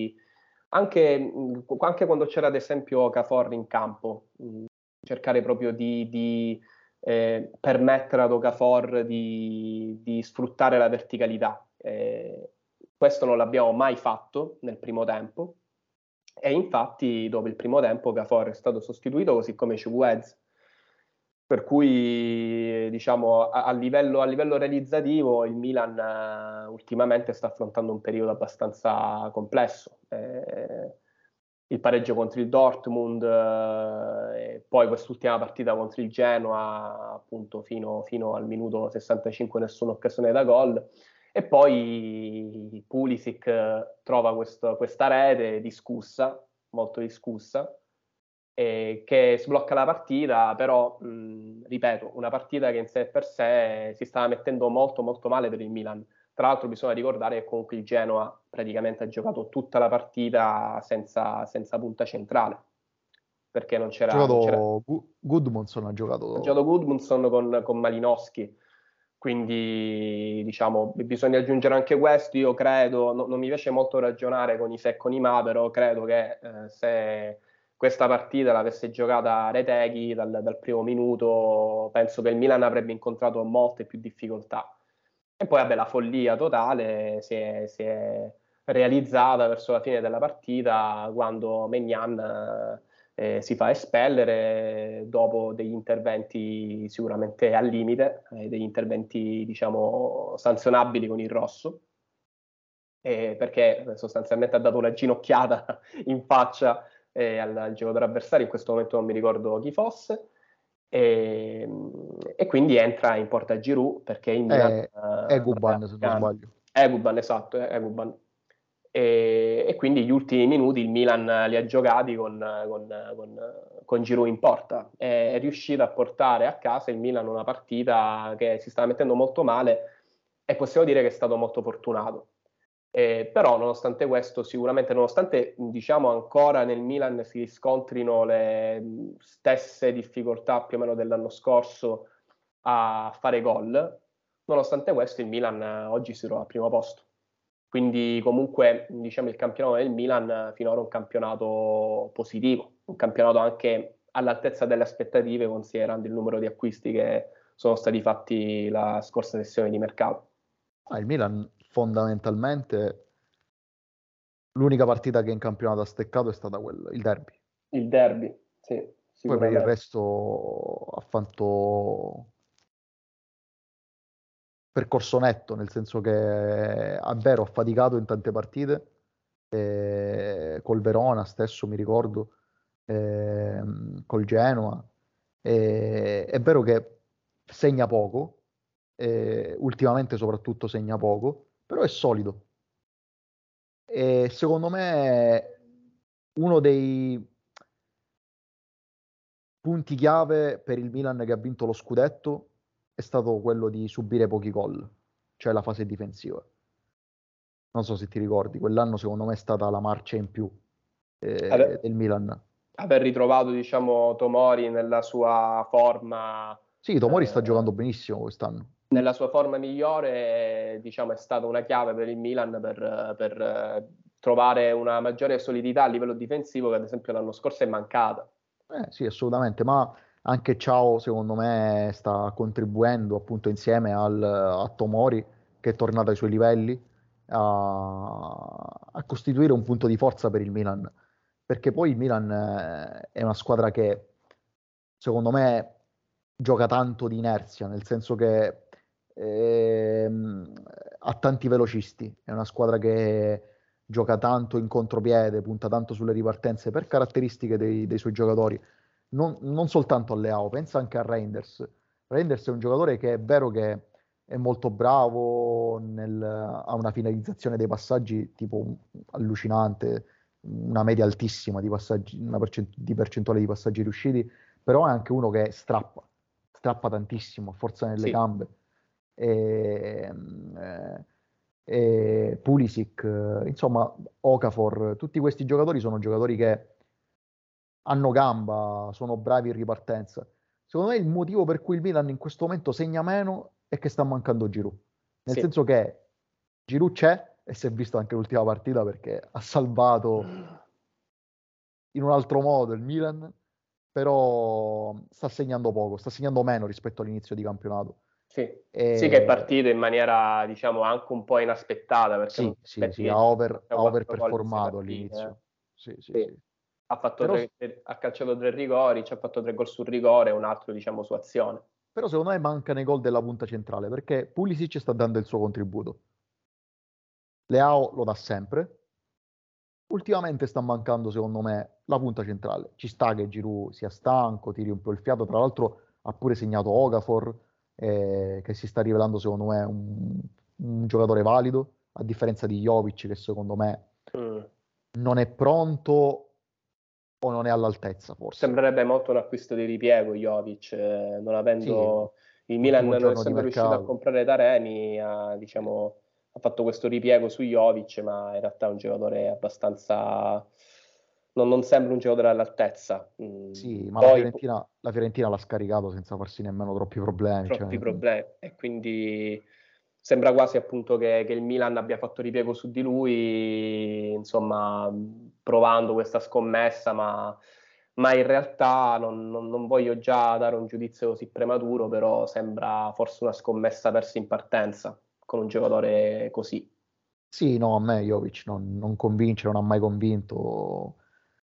anche quando c'era ad esempio Cafor in campo, cercare proprio di permettere ad Okafor di sfruttare la verticalità. Questo non l'abbiamo mai fatto nel primo tempo e infatti dopo il primo tempo Okafor è stato sostituito così come Chukwueze. Per cui, diciamo, a livello realizzativo il Milan ultimamente sta affrontando un periodo abbastanza complesso. Il pareggio contro il Dortmund, e poi quest'ultima partita contro il Genoa, appunto fino al minuto 65 nessuna occasione da gol. E poi Pulisic trova questa rete discussa, molto discussa, che sblocca la partita, però, ripeto, una partita che in sé per sé si stava mettendo molto male per il Milan. Tra l'altro bisogna ricordare che comunque il Genoa praticamente ha giocato tutta la partita senza punta centrale, perché non Ha c'era, non c'era giocato Gudmundsson, ha ha giocato giocato... Gudmundsson con Malinowski, quindi diciamo bisogna aggiungere anche questo. Io credo, non mi piace molto ragionare con i se e con i ma, però credo che se questa partita l'avesse giocata Retegui dal primo minuto, penso che il Milan avrebbe incontrato molte più difficoltà. E poi, vabbè, la follia totale si è realizzata verso la fine della partita quando Maignan si fa espellere dopo degli interventi sicuramente al limite, degli interventi, diciamo, sanzionabili con il rosso, perché sostanzialmente ha dato una ginocchiata in faccia al giocatore avversario, in questo momento non mi ricordo chi fosse, e quindi entra in porta Giroud perché il Milan Eguban, se non sbaglio. Eguban, esatto, Eguban. E quindi gli ultimi minuti il Milan li ha giocati con Giroud in porta. È riuscito a portare a casa il Milan una partita che si stava mettendo molto male e possiamo dire che è stato molto fortunato. Però nonostante questo, sicuramente, nonostante diciamo ancora nel Milan si riscontrino le stesse difficoltà più o meno dell'anno scorso a fare gol, nonostante questo il Milan oggi si trova al primo posto. Quindi comunque diciamo il campionato del Milan finora è un campionato positivo, un campionato anche all'altezza delle aspettative considerando il numero di acquisti che sono stati fatti la scorsa sessione di mercato. Il Milan fondamentalmente l'unica partita che in campionato ha steccato è stata il derby. Il derby, sì, Poi per il sicuramente. resto ha fatto percorso netto, nel senso che è vero, ha faticato in tante partite, col Verona stesso mi ricordo, col Genoa. È vero che segna poco, ultimamente soprattutto segna poco, però è solido. E secondo me uno dei punti chiave per il Milan che ha vinto lo scudetto è stato quello di subire pochi gol, cioè la fase difensiva. Non so se ti ricordi, quell'anno secondo me è stata la marcia in più del Milan. Aver ritrovato, diciamo, Tomori nella sua forma, Sì, Tomori sta eh, giocando benissimo quest'anno. nella sua forma migliore, diciamo, è stata una chiave per il Milan per trovare una maggiore solidità a livello difensivo che ad esempio l'anno scorso è mancata. Sì, assolutamente, ma anche Ciao secondo me sta contribuendo appunto insieme a Tomori che è tornato ai suoi livelli a costituire un punto di forza per il Milan, perché poi il Milan è una squadra che secondo me gioca tanto di inerzia, nel senso che ehm, ha tanti velocisti, è una squadra che gioca tanto in contropiede, punta tanto sulle ripartenze per caratteristiche dei suoi giocatori, non soltanto a Leao, pensa anche a Reinders. Reinders è un giocatore che è vero che è molto bravo, ha una finalizzazione dei passaggi tipo allucinante, una media altissima di passaggi, di percentuale di passaggi riusciti, però è anche uno che strappa tantissimo, ha forza nelle Sì, gambe. E, Pulisic, insomma, Okafor, tutti questi giocatori sono giocatori che hanno gamba, sono bravi in ripartenza. Secondo me il motivo per cui il Milan in questo momento segna meno è che sta mancando Giroud. Nel sì. senso che Giroud c'è e si è visto anche l'ultima partita perché ha salvato in un altro modo il Milan, però sta segnando poco, sta segnando meno rispetto all'inizio di campionato. Sì, sì che è E partito in maniera, diciamo, anche un po' inaspettata, perché non sì, ti sì, aspetti sì, che ha faccia 4 gol in 6 overperformato partite. all'inizio. Sì, sì, Sì. sì. Ha fatto Però, ha calciato 3 rigori, ci ha fatto 3 gol sul rigore e un altro, diciamo, su azione. però secondo me mancano i gol della punta centrale perché Pulisic sta dando il suo contributo. Leao lo dà sempre. Ultimamente sta mancando, secondo me, la punta centrale. Ci sta che Giroud sia stanco, tiri un po' il fiato. Tra l'altro ha pure segnato Okafor, che si sta rivelando, secondo me, un giocatore valido, a differenza di Jovic, che secondo me Mm. non è pronto o non è all'altezza, forse. Sembrerebbe molto un acquisto di ripiego, Jovic, non Sì, avendo il Milan, ultimo non giorno di essendo riuscito a mercato. comprare Taremi, Sì. diciamo, ha fatto questo ripiego su Jovic, ma in realtà è un giocatore abbastanza... non sembra un giocatore all'altezza. Sì, ma Poi La Fiorentina l'ha scaricato senza farsi nemmeno troppi problemi. troppi Cioè, problemi e quindi sembra quasi appunto che il Milan abbia fatto ripiego su di lui, insomma, provando questa scommessa, ma in realtà non voglio già dare un giudizio così prematuro, però sembra forse una scommessa persa in partenza con un giocatore così. sì, no, a me Jovic non convince, non ha mai convinto.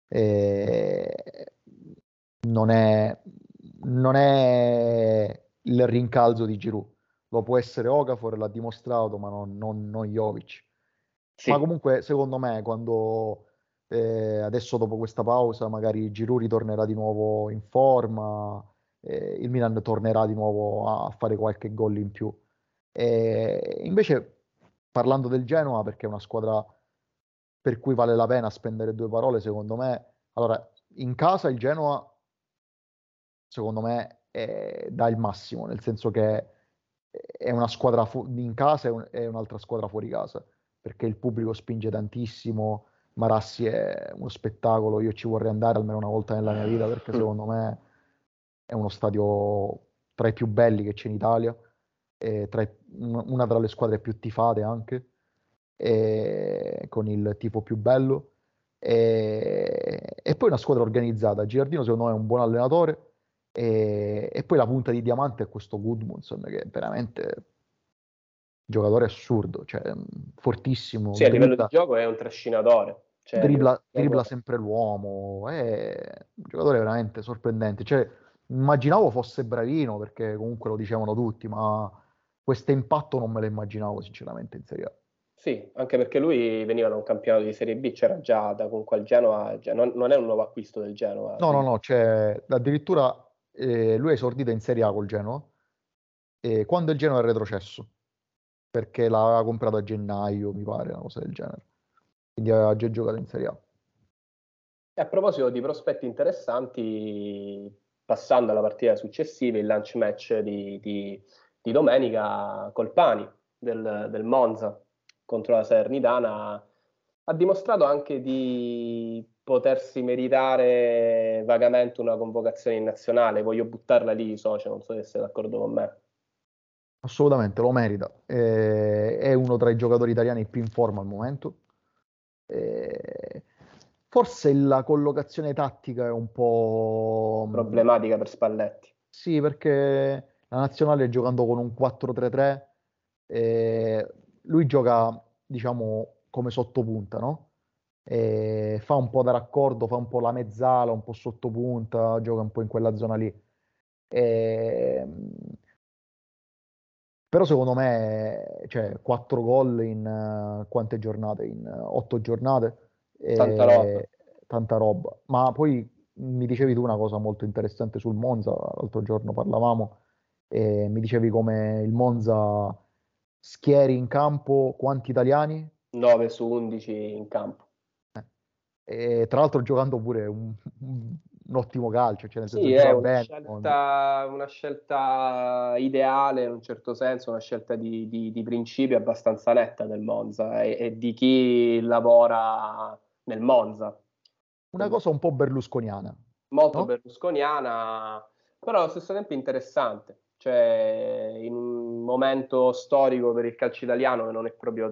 Eh, non è, non è il rincalzo di Giroud. Lo può essere Okafor, l'ha dimostrato, ma non Jovic. Ma Sì, comunque, secondo me, quando Adesso dopo questa pausa magari Giroud ritornerà di nuovo in forma, il Milan tornerà di nuovo a fare qualche gol in più. Invece, parlando del Genoa, perché è una squadra per cui vale la pena spendere due parole, secondo me. Allora, in casa il Genoa, secondo me, dà il massimo, nel senso che è una squadra in casa e un'altra squadra fuori casa, perché il pubblico spinge tantissimo. Marassi è uno spettacolo, io ci vorrei andare almeno una volta nella mia vita, perché secondo me è uno stadio tra i più belli che c'è in Italia, una tra le squadre più tifate anche, con il tifo più bello. E poi una squadra organizzata. Gilardino secondo me è un buon allenatore, e poi la punta di diamante è questo Gudmundsson, che è veramente un giocatore assurdo, cioè fortissimo, Sì, a livello di gioco è un trascinatore, cioè a livello di dribbla gioco. sempre l'uomo, è un giocatore veramente sorprendente. Cioè, immaginavo fosse bravino, perché comunque lo dicevano tutti, ma questo impatto non me lo immaginavo sinceramente in Serie A. Sì, anche perché lui veniva da un campionato di Serie B, c'era già da comunque al Genoa, non è un nuovo acquisto del Genoa, No, no, quindi no, cioè, addirittura lui è esordito in Serie A col Genoa, quando il Genoa è retrocesso, perché l'aveva comprato a gennaio, mi pare, una cosa del genere. Quindi aveva già giocato in Serie A. E a proposito di prospetti interessanti, passando alla partita successiva, il lunch match di domenica, Colpani del Monza contro la Salernitana ha dimostrato anche di potersi meritare vagamente una convocazione in nazionale. Voglio buttarla lì, socio, non so se sei d'accordo con me. Assolutamente, lo merita. È uno tra i giocatori italiani più in forma al momento. Eh, Forse la collocazione tattica è un po'. Problematica per Spalletti. Sì, perché la nazionale giocando con un 4-3-3, lui gioca, diciamo, come sottopunta, no? Fa un po' da raccordo, fa un po' la mezzala, un po' sottopunta, gioca un po' in quella zona lì. Ehm, Però secondo me, cioè, 4 gol in quante giornate? In 8 giornate, Tanta roba. tanta roba. Ma poi mi dicevi tu una cosa molto interessante sul Monza, l'altro giorno parlavamo, e mi dicevi come il Monza schieri in campo quanti italiani? 9 su 11 in campo. E tra l'altro giocando pure un ottimo calcio, cioè nel senso Sì, è gioca bene il Monza. una scelta ideale in un certo senso, una scelta di principio abbastanza netta del Monza e di chi lavora nel Monza. Una cosa un po' berlusconiana, Molto no? berlusconiana, però allo stesso tempo interessante. Cioè, in un momento storico per il calcio italiano che non è proprio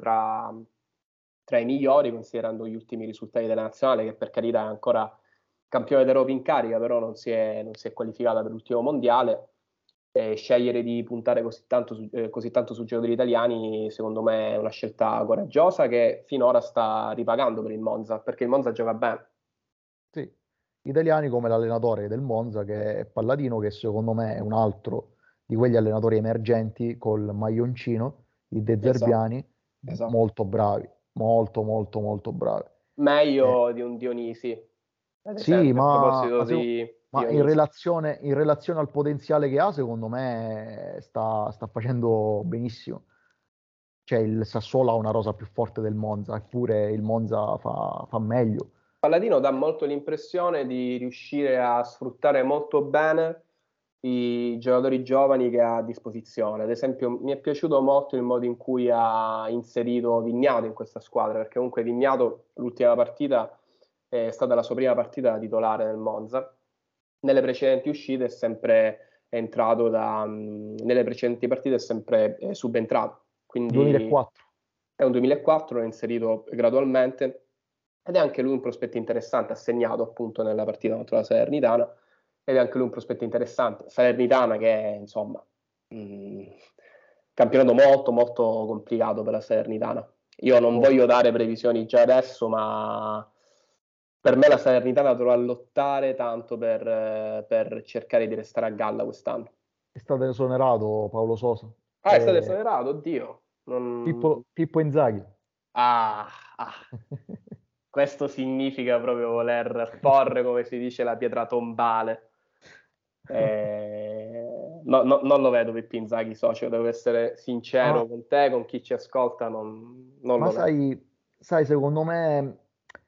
tra i migliori, considerando gli ultimi risultati della nazionale, che per carità è ancora campione d'Europa in carica, però non si è qualificata per l'ultimo mondiale. E scegliere di puntare così tanto su giocatori italiani, secondo me, è una scelta coraggiosa che finora sta ripagando per il Monza, perché il Monza gioca bene. Sì, italiani come l'allenatore del Monza che è Palladino, che secondo me è un altro di quegli allenatori emergenti col maglioncino, i De Esatto, Zerbiani, esatto. molto bravi, molto molto molto bravi. Eh, Meglio di un Dionisi, ad sì, esempio, a proposito di ma in Dionisi. relazione al potenziale che ha, secondo me sta facendo benissimo. Cioè il Sassuolo ha una rosa più forte del Monza, eppure il Monza fa meglio. Palladino dà molto l'impressione di riuscire a sfruttare molto bene i giocatori giovani che ha a disposizione. Ad esempio, mi è piaciuto molto il modo in cui ha inserito Vignato in questa squadra, perché comunque Vignato, l'ultima partita, è stata la sua prima partita da titolare nel Monza. Nelle precedenti uscite è sempre entrato nelle precedenti partite è sempre subentrato. Quindi 2004. è un 2004, l'ha inserito gradualmente ed è anche lui un prospetto interessante, ha segnato appunto nella partita contro la Salernitana ed è anche lui un prospetto interessante. Salernitana che è insomma mh, campionato molto molto complicato per la Salernitana. Io non voglio dare previsioni già adesso, ma per me la Salernitana dovrà lottare tanto per cercare di restare a galla quest'anno. È stato esonerato Paolo Sosa. Ah, è stato esonerato? Oddio. Pippo Inzaghi. Ah, ah. questo significa proprio voler porre, come si dice, la pietra tombale. Non lo vedo Pippo Inzaghi socio, devo essere sincero Ma, con te, con chi ci ascolta, non ma lo vedo. sai, secondo me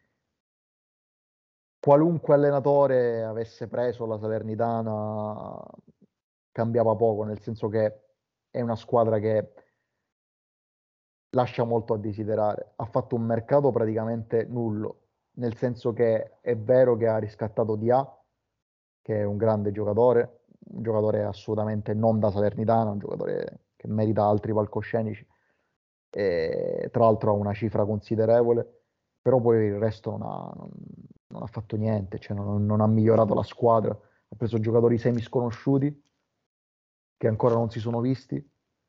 qualunque allenatore avesse preso la Salernitana cambiava poco, nel senso che è una squadra che lascia molto a desiderare. Ha fatto un mercato praticamente nullo, nel senso che è vero che ha riscattato Dia, che è un grande giocatore, un giocatore assolutamente non da Salernitana, un giocatore che merita altri palcoscenici, e tra l'altro ha una cifra considerevole, però poi il resto non ha fatto niente, cioè non ha migliorato la squadra, ha preso giocatori semi sconosciuti che ancora non si sono visti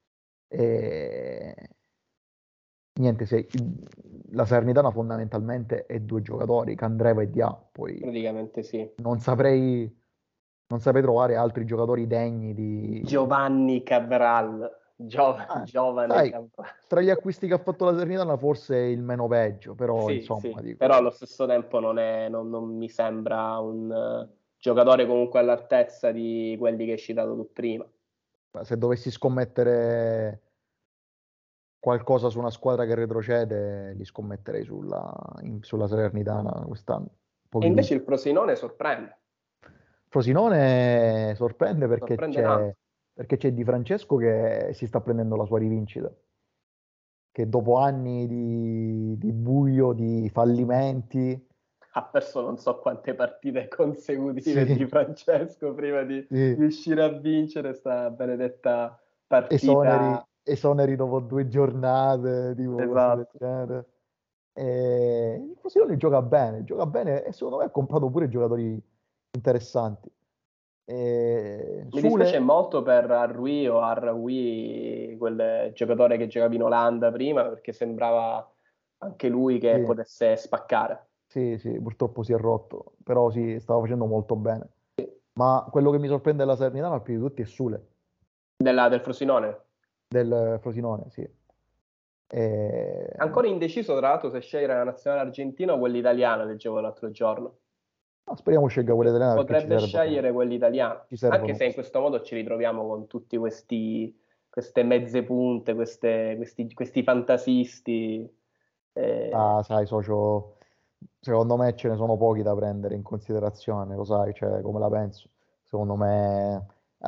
e niente, la Salernitana fondamentalmente è due giocatori, Candreva e Dia, poi Praticamente sì. non saprei, non saprei trovare altri giocatori degni di... Giovanni Cabral, giovane Sai, Cabral. tra gli acquisti che ha fatto la Salernitana forse è il meno peggio, però Sì, insomma sì, però allo dico, stesso tempo non mi sembra un giocatore comunque all'altezza di quelli che hai citato tu prima. se dovessi scommettere qualcosa su una squadra che retrocede, li scommetterei sulla Salernitana quest'anno, un E invece pochino. il Frosinone sorprende, Frosinone sorprende sorprende tanto. perché c'è Di Francesco che si sta prendendo la sua rivincita, che dopo anni di buio, di fallimenti, Ha perso non so quante partite consecutive sì, di Francesco prima di sì, riuscire a vincere sta benedetta partita. esoneri dopo 2 giornate, tipo cose del Esatto. genere. E il Frosinone gioca bene e secondo me ha comprato pure giocatori interessanti. Mi dispiace Sule, molto per Arrui o Arrui, quel giocatore che giocava in Olanda prima, perché sembrava anche lui che sì, potesse spaccare. sì, sì, purtroppo si è rotto, però sì, stava facendo molto bene. Ma quello che mi sorprende della Salernitana, più di tutti, è Sule, Del Frosinone. del Frosinone, sì. E... Ancora indeciso, tra l'altro, se scegliere la nazionale argentina o quella italiana, leggevo l'altro giorno. no, speriamo scelga quella italiana perché Potrebbe scegliere quella italiana, ci anche servono se in questi. questo modo ci ritroviamo con tutti queste mezze punte, questi fantasisti. Ah, sai, socio, secondo me ce ne sono pochi da prendere in considerazione, lo sai, cioè, come la penso. Secondo me,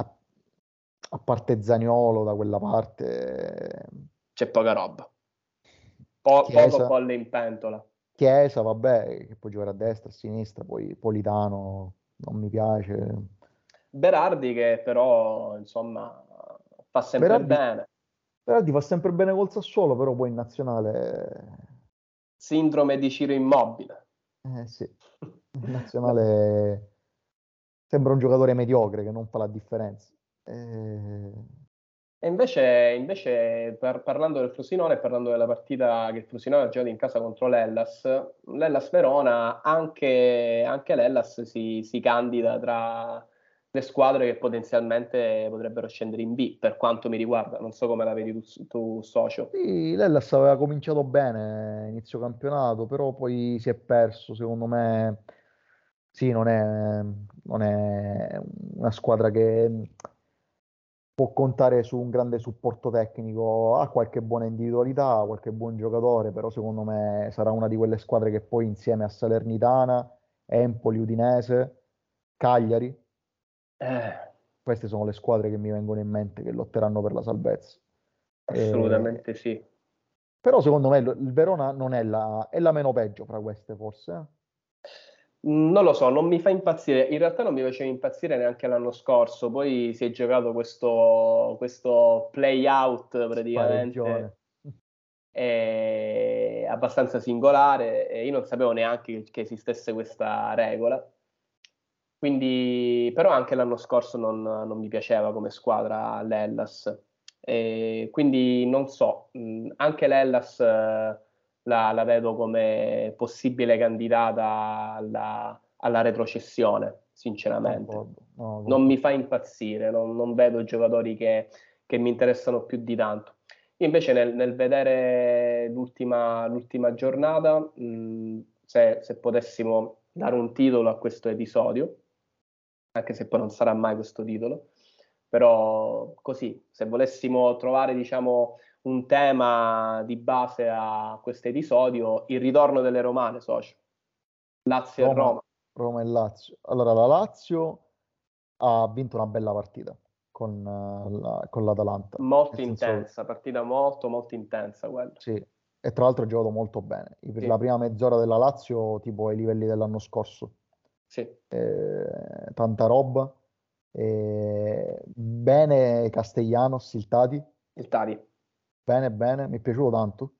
a parte Zaniolo da quella parte, C'è poca roba. Poco Chiesa, colle in pentola. Chiesa, vabbè, che può giocare a destra, a sinistra, poi Politano non mi piace. Berardi che però, insomma, fa sempre Berardi, bene. Berardi fa sempre bene col Sassuolo, però poi in nazionale, Sindrome di Ciro Immobile. sì, in nazionale sembra un giocatore mediocre che non fa la differenza. Eh, E invece parlando del Frosinone e parlando della partita che il Frosinone ha giocato in casa contro l'Hellas Verona, anche l'Hellas si candida tra le squadre che potenzialmente potrebbero scendere in B, per quanto mi riguarda. Non so come la vedi tu socio. Sì, l'Hellas aveva cominciato bene inizio campionato, però poi si è perso. Secondo me, sì, non è una squadra che può contare su un grande supporto tecnico. Ha qualche buona individualità, qualche buon giocatore, però secondo me sarà una di quelle squadre che poi insieme a Salernitana, Empoli, Udinese, Cagliari, Eh, queste sono le squadre che mi vengono in mente che lotteranno per la salvezza. Eh, assolutamente sì. Però secondo me il Verona non è la meno peggio fra queste forse. Non lo so, non mi fa impazzire. In realtà non mi faceva impazzire neanche l'anno scorso. Poi si è giocato questo play out praticamente Spareggione. abbastanza singolare e io non sapevo neanche che esistesse questa regola. Quindi, però anche l'anno scorso non mi piaceva come squadra l'Hellas. E quindi non so, anche l'Hellas la vedo come possibile candidata alla retrocessione, sinceramente. Concordo, no, Non mi concordo. fa impazzire, non vedo giocatori che mi interessano più di tanto. Io invece nel vedere l'ultima giornata, se potessimo dare un titolo a questo episodio, anche se poi non sarà mai questo titolo, però così, se volessimo trovare, diciamo, un tema di base a questo episodio, il ritorno delle romane, socio. Lazio e Roma, Roma. Roma e Lazio. Allora, la Lazio ha vinto una bella partita con l'Atalanta. Molto Nel senso, intensa, partita molto, molto intensa quella. sì, e tra l'altro ha giocato molto bene. Per Sì, la prima mezz'ora della Lazio, tipo ai livelli dell'anno scorso. sì, Tanta roba. Bene Castellanos, il Tati. il Tari. Bene, bene, mi è piaciuto tanto.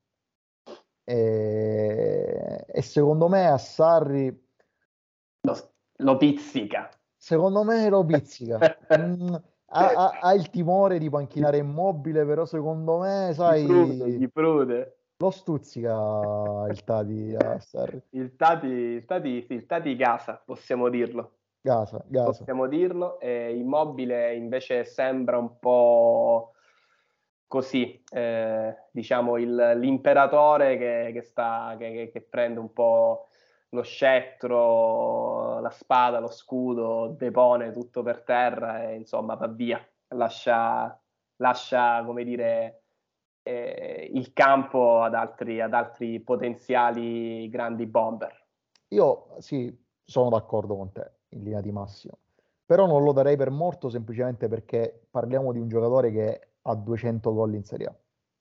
E secondo me a Sarri, Lo pizzica. secondo me lo pizzica. Ha il timore di panchinare Immobile, però secondo me, sai, Gli prude. lo stuzzica il Tati a Sarri. Sì, il Tati casa, possiamo dirlo. Gasa, Gasa. Possiamo dirlo. E Immobile invece sembra un po' così, diciamo, l'imperatore che prende un po' lo scettro, la spada, lo scudo, depone tutto per terra e insomma va via. Lascia, come dire, il campo ad altri potenziali grandi bomber. Io sì, sono d'accordo con te in linea di massima, però non lo darei per morto semplicemente perché parliamo di un giocatore che ha 200 gol in Serie A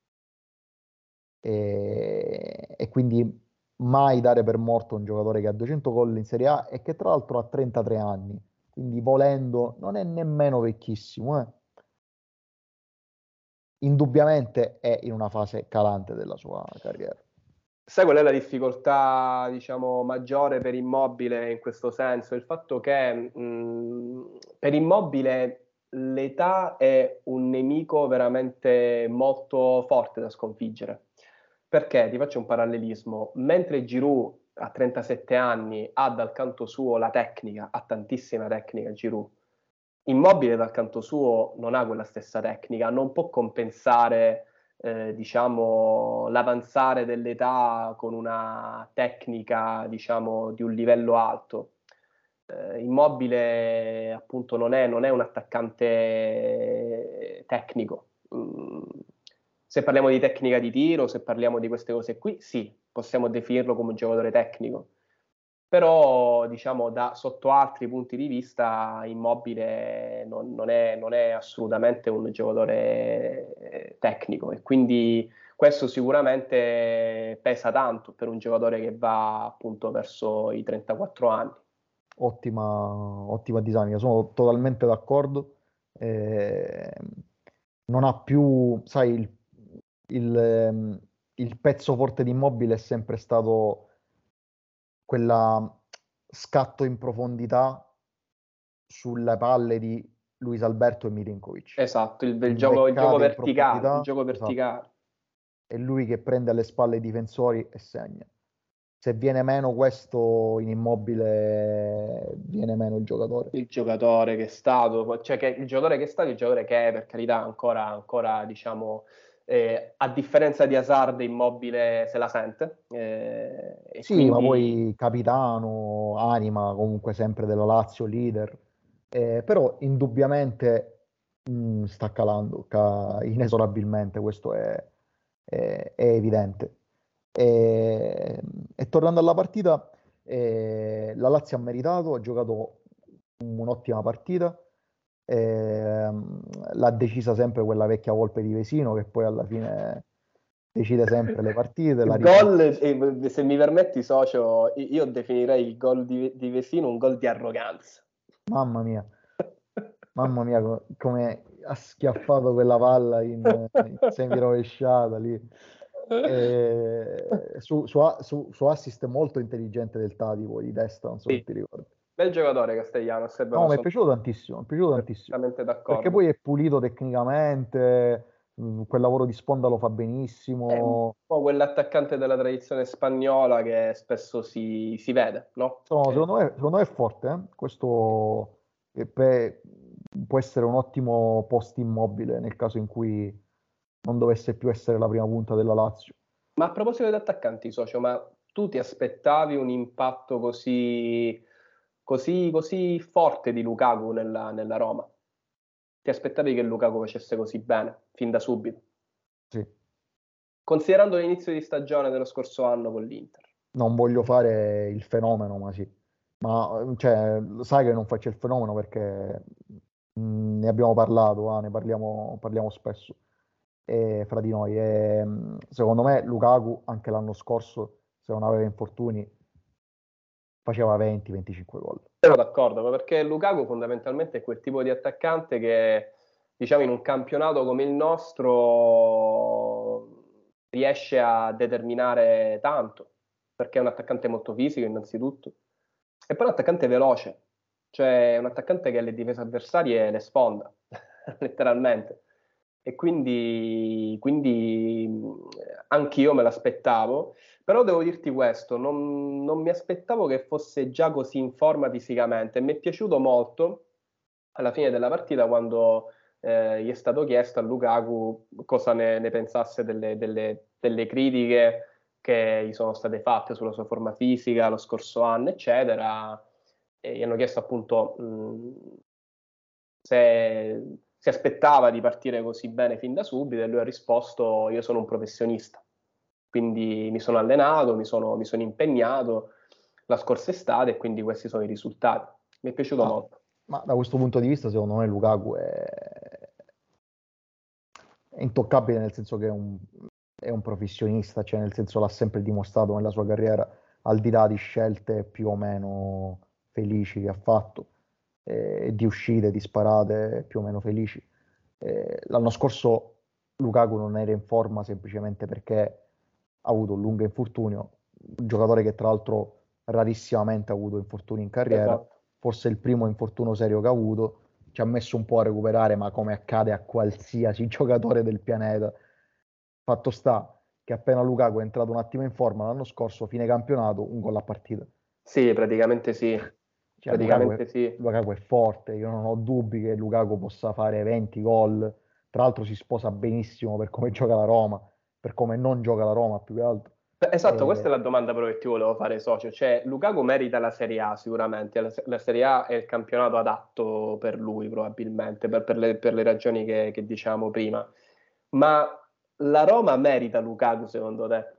e quindi mai dare per morto un giocatore che ha 200 gol in Serie A e che tra l'altro ha 33 anni, quindi volendo non è nemmeno vecchissimo, eh. Indubbiamente è in una fase calante della sua carriera. Sai qual è la difficoltà, diciamo, maggiore per Immobile in questo senso? Il fatto che per Immobile l'età è un nemico veramente molto forte da sconfiggere. Perché ti faccio un parallelismo. Mentre Giroud a 37 anni ha dal canto suo la tecnica, ha tantissima tecnica Giroud, Immobile dal canto suo non ha quella stessa tecnica, non può compensare diciamo, l'avanzare dell'età con una tecnica, diciamo, di un livello alto. Immobile, appunto, non è un attaccante tecnico. Se parliamo di tecnica di tiro, se parliamo di queste cose qui, sì, possiamo definirlo come un giocatore tecnico. Però, diciamo, sotto altri punti di vista, Immobile non è assolutamente un giocatore tecnico e quindi questo sicuramente pesa tanto per un giocatore che va appunto verso i 34 anni. Ottima, ottima dinamica, sono totalmente d'accordo. Eh, Non ha più, sai, il pezzo forte di Immobile è sempre stato quella scatto in profondità sulle palle di Luis Alberto e Milinkovic. Esatto, il gioco L'imbeccato in verticale, il profondità, gioco esatto. verticale. È lui che prende alle spalle i difensori e segna. Se viene meno questo in Immobile, viene meno il giocatore. Il giocatore che è stato, cioè che il giocatore che è stato, il giocatore che è, per carità, ancora diciamo, a differenza di Hazard, Immobile se la sente, e Sì, ma quindi poi capitano, anima comunque sempre della Lazio, leader. Però indubbiamente sta calando inesorabilmente, questo è evidente. E tornando alla partita, la Lazio ha meritato, ha giocato un'ottima partita, l'ha decisa sempre quella vecchia Volpe di Vesino che poi alla fine decide sempre le partite, la il ribalta. gol, se mi permetti, socio, io definirei il gol di Vesino un gol di arroganza. Mamma mia, mamma mia, come ha schiaffato quella palla in semirovesciata lì. Su assist molto intelligente del Tati, poi di testa, non so se Sì, ti ricordi. bel giocatore Castellano, No, mi è sono piaciuto tantissimo, mi è piaciuto tantissimo. perfettamente Perché d'accordo. poi è pulito tecnicamente, quel lavoro di sponda lo fa È un benissimo. po' quell'attaccante della tradizione spagnola che spesso si vede, no? Secondo me è forte, eh. Questo può essere un ottimo post Immobile nel caso in cui non dovesse più essere la prima punta della Lazio. Ma a proposito di attaccanti, socio, ma tu ti aspettavi un impatto così forte di Lukaku nella Roma? Ti aspettavi che Lukaku facesse così bene, fin da subito? Sì. Considerando l'inizio di stagione dello scorso anno con l'Inter. Non voglio fare il fenomeno, ma sì. Ma cioè, sai che non faccio il fenomeno perché ne abbiamo parlato, ne parliamo spesso fra di noi. E, secondo me Lukaku anche l'anno scorso, se non aveva infortuni, faceva 20-25 gol. Sono d'accordo, ma perché Lukaku fondamentalmente è quel tipo di attaccante che, diciamo, in un campionato come il nostro riesce a determinare tanto, perché è un attaccante molto fisico innanzitutto, e poi è un attaccante veloce, cioè è un attaccante che le difese avversarie le sfonda, letteralmente. E quindi anch'io me l'aspettavo. Però devo dirti questo, non mi aspettavo che fosse già così in forma fisicamente. Mi è piaciuto molto alla fine della partita quando gli è stato chiesto a Lukaku cosa ne pensasse delle critiche che gli sono state fatte sulla sua forma fisica lo scorso anno, eccetera. E gli hanno chiesto appunto se si aspettava di partire così bene fin da subito e lui ha risposto: io sono un professionista, quindi mi sono allenato, mi sono impegnato la scorsa estate e quindi questi sono i risultati. Mi è piaciuto Ah, molto. ma da questo punto di vista, secondo me, Lukaku è intoccabile, nel senso che è un professionista, cioè nel senso l'ha sempre dimostrato nella sua carriera, al di là di scelte più o meno felici che ha fatto, di uscite, di sparate più o meno felici. L'anno scorso Lukaku non era in forma semplicemente perché ha avuto un lungo infortunio, un giocatore che tra l'altro rarissimamente ha avuto infortuni in carriera, Esatto. forse il primo infortunio serio che ha avuto, ci ha messo un po' a recuperare, ma come accade a qualsiasi giocatore del pianeta. Fatto sta che appena Lukaku è entrato un attimo in forma l'anno scorso, fine campionato, un gol a partita. Sì, praticamente sì. Cioè, Praticamente sì. Lukaku è forte, io non ho dubbi che Lukaku possa fare 20 gol. Tra l'altro si sposa benissimo per come gioca la Roma, per come non gioca la Roma più che altro. Esatto, questa è E la domanda però che ti volevo fare, socio. Cioè, Lukaku merita la Serie A sicuramente, la Serie A è il campionato adatto per lui probabilmente, per le ragioni che diciamo prima. Ma la Roma merita Lukaku secondo te?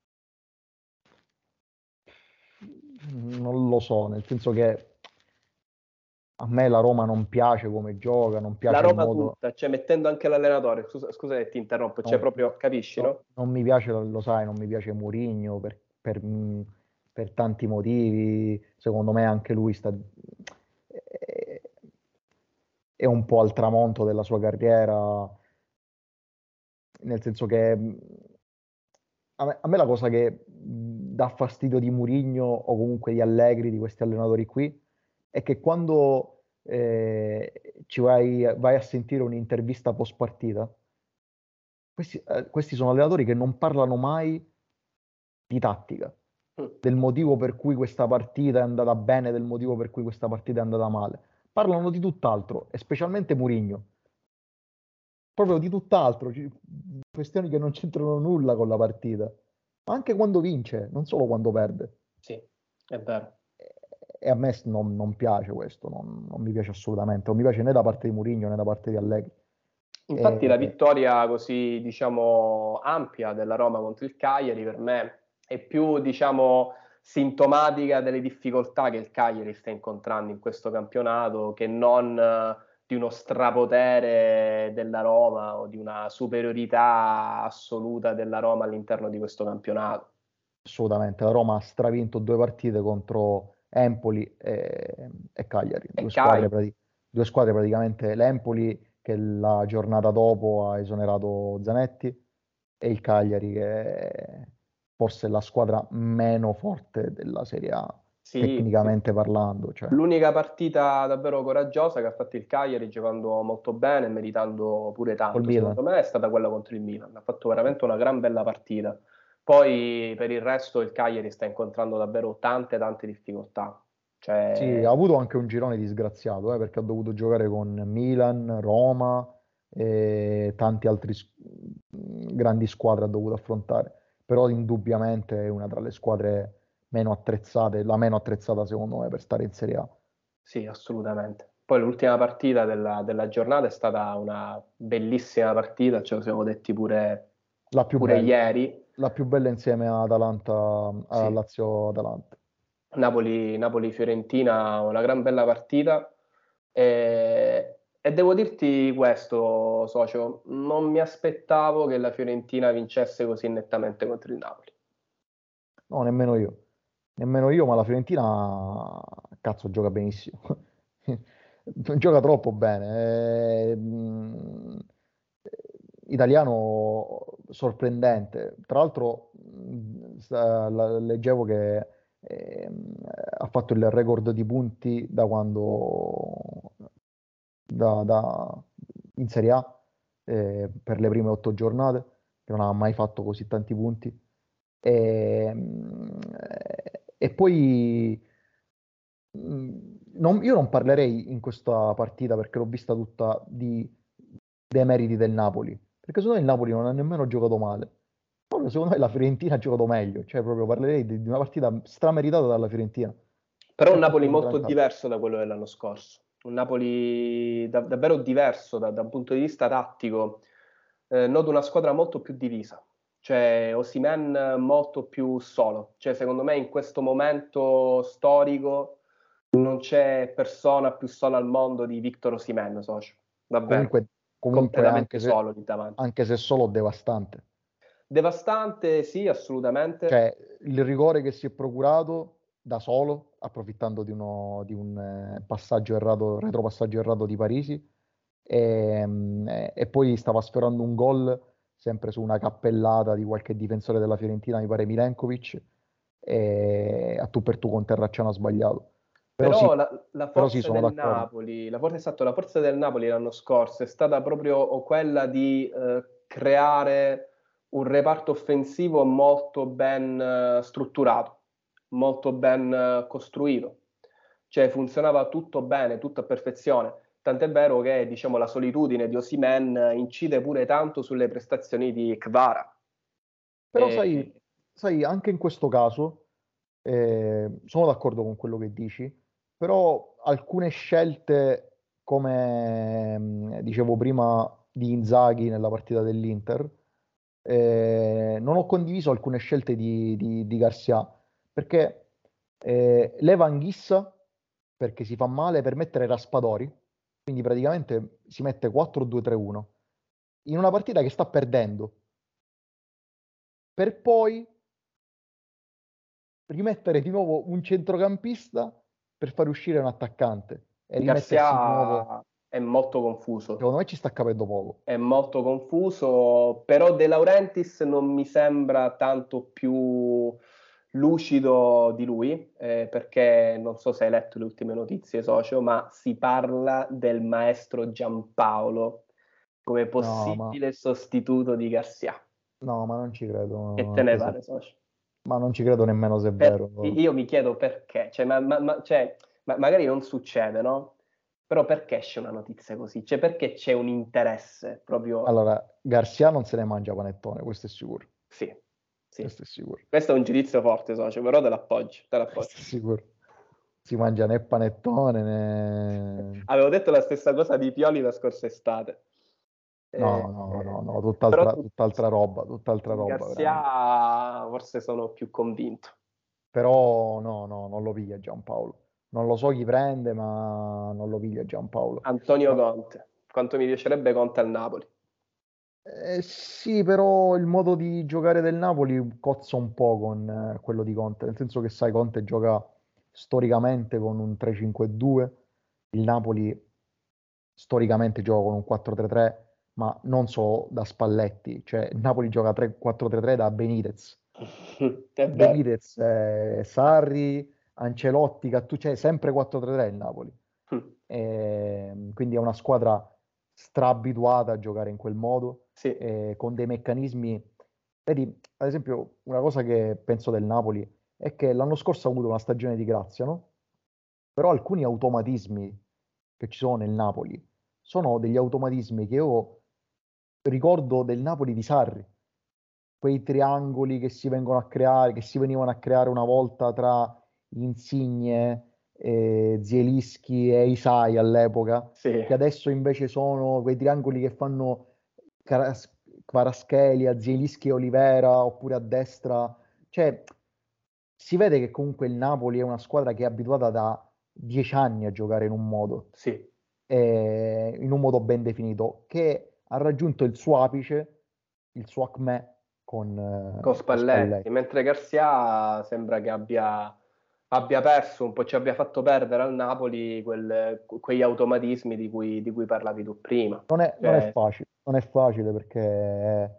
non lo so, nel senso che a me la Roma non piace come gioca, non La piace il Roma modo, tutta, cioè mettendo anche l'allenatore, scusa che ti interrompo, cioè non, proprio capisci, no? non mi piace, lo sai, non mi piace Mourinho per tanti motivi. Secondo me anche lui è, è un po' al tramonto della sua carriera, nel senso che a me la cosa che dà fastidio di Mourinho o comunque di Allegri, di questi allenatori qui, è che quando vai a sentire un'intervista post partita, questi sono allenatori che non parlano mai di tattica, Mm. del motivo per cui questa partita è andata bene, del motivo per cui questa partita è andata male. Parlano di tutt'altro, e specialmente Mourinho. Proprio di tutt'altro, questioni che non c'entrano nulla con la partita, ma anche quando vince, non solo quando perde. Sì, è vero. E a me non piace questo, non mi piace assolutamente, non mi piace né da parte di Mourinho né da parte di Allegri. Infatti la E, vittoria così, diciamo, ampia della Roma contro il Cagliari per me è più, diciamo, sintomatica delle difficoltà che il Cagliari sta incontrando in questo campionato che non di uno strapotere della Roma o di una superiorità assoluta della Roma all'interno di questo campionato. assolutamente, la Roma ha stravinto due partite contro Empoli e Cagliari, E Cagliari, due squadre praticamente, l'Empoli che la giornata dopo ha esonerato Zanetti e il Cagliari che è forse la squadra meno forte della Serie A, sì, sì. tecnicamente parlando. Cioè, L'unica partita davvero coraggiosa che ha fatto il Cagliari giocando molto bene e meritando pure col tanto, Milan. secondo me, è stata quella contro il Milan. Ha fatto veramente una gran bella partita. Poi per il resto il Cagliari sta incontrando davvero tante difficoltà. Sì, ha Cioè, avuto anche un girone disgraziato, perché ha dovuto giocare con Milan, Roma e tanti altri grandi squadre ha dovuto affrontare. però indubbiamente è una tra le squadre meno attrezzate, la meno attrezzata secondo me per stare in Serie A. Sì, assolutamente. Poi l'ultima partita della giornata è stata una bellissima partita, ce lo siamo detti La più pure bella, ieri. la più bella insieme a Atalanta, a Sì, Lazio-Atalanta. Napoli-Fiorentina, una gran bella partita. E devo dirti questo, socio, non mi aspettavo che la Fiorentina vincesse così nettamente contro il Napoli. No, nemmeno io, ma la Fiorentina, cazzo, gioca benissimo. Gioca troppo bene. Italiano sorprendente. Tra l'altro, leggevo che ha fatto il record di punti da quando in Serie A per le prime 8 giornate, che non ha mai fatto così tanti punti. E poi io non parlerei in questa partita perché l'ho vista tutta dei meriti del Napoli, perché secondo me il Napoli non ha nemmeno giocato male. Proprio secondo me la Fiorentina ha giocato meglio, cioè proprio parlerei di una partita strameritata dalla Fiorentina. Però un Per Napoli quanto molto contrario. diverso da quello dell'anno scorso, un Napoli davvero diverso da un punto di vista tattico. Noto una squadra molto più divisa, cioè Osimhen molto più solo, cioè secondo me in questo momento storico non c'è persona più sola al mondo di Victor Osimhen, socio, davvero, Comunque completamente solo lì davanti. anche se solo devastante. Devastante, sì, assolutamente. Cioè, il rigore che si è procurato da solo, approfittando di un passaggio errato, retropassaggio errato di Parisi, e poi stava sferrando un gol sempre su una cappellata di qualche difensore della Fiorentina, mi pare Milenkovic, e a tu per tu con Terracciano ha sbagliato. Però la Però sì, forza sono del d'accordo. Napoli, esatto, la forza del Napoli l'anno scorso è stata proprio quella di creare un reparto offensivo molto ben strutturato, molto ben costruito. Cioè funzionava tutto bene, tutto a perfezione. Tant'è vero che, diciamo, la solitudine di Osimhen incide pure tanto sulle prestazioni di Kvara. Però E sai, anche in questo caso sono d'accordo con quello che dici, però alcune scelte, come dicevo prima di Inzaghi nella partita dell'Inter, non ho condiviso alcune scelte di Garcia, perché leva Anghissa perché si fa male per mettere Raspadori, quindi praticamente si mette 4-2-3-1 in una partita che sta perdendo per poi rimettere di nuovo un centrocampista per fare uscire un attaccante e rimettersi di nuovo. Garcia è molto confuso. Secondo me ci sta capendo poco. È molto confuso, però De Laurentiis non mi sembra tanto più lucido di lui, perché non so se hai letto le ultime notizie, socio, ma si parla del maestro Giampaolo come No, possibile sostituto di Garcia. no, ma non ci Che credo, te ne anche se, pare, socio? ma non ci credo nemmeno se è vero. Io mi chiedo perché, cioè, magari non succede, no? Però perché esce una notizia così? Cioè, perché c'è un interesse proprio. Allora, Garcia non se ne mangia panettone, questo è sicuro. Sì, sì. Questo è sicuro. Questo è un giudizio forte, socio, però te l'appoggio, te Questo è l'appoggio. sicuro. Si mangia né panettone né. Avevo detto la stessa cosa di Pioli la scorsa estate. No, no, no, no, Però tutt'altra su roba, veramente. Garcia forse sono più convinto. Però no, no, non lo piglia Giampaolo. Non lo so chi prende, ma non lo piglia Giampaolo. Antonio No. Conte. Quanto mi piacerebbe Conte al Napoli. Sì, però il modo di giocare del Napoli cozza un po' con quello di Conte, nel senso che sai, Conte gioca storicamente con un 3-5-2, il Napoli storicamente gioca con un 4-3-3, ma non solo da Spalletti, cioè il Napoli gioca 4-3-3 da Benitez. È vero. Benitez, Sarri, Ancelotti, cioè sempre 4-3-3 il Napoli. Quindi è una squadra straabituata a giocare in quel modo, Sì. con dei meccanismi. Vedi, ad esempio, una cosa che penso del Napoli è che l'anno scorso ha avuto una stagione di grazia, no? Però alcuni automatismi che ci sono nel Napoli sono degli automatismi che io ricordo del Napoli di Sarri. quei triangoli che si vengono a creare, che si venivano a creare una volta tra Insigne, Zielinski e Isai all'epoca, Sì. che adesso invece sono quei triangoli che fanno Kvaratskhelia, Zielinski e Olivera, oppure a destra. Cioè, si vede che comunque il Napoli è una squadra che è abituata da 10 anni a giocare in un modo, Sì, in un modo ben definito, che ha raggiunto il suo apice, il suo acmè con con Spalletti, Spalletti. mentre Garcia sembra che abbia perso un po', ci abbia fatto perdere al Napoli quegli automatismi di cui parlavi tu prima. Non è Cioè, facile, non è facile perché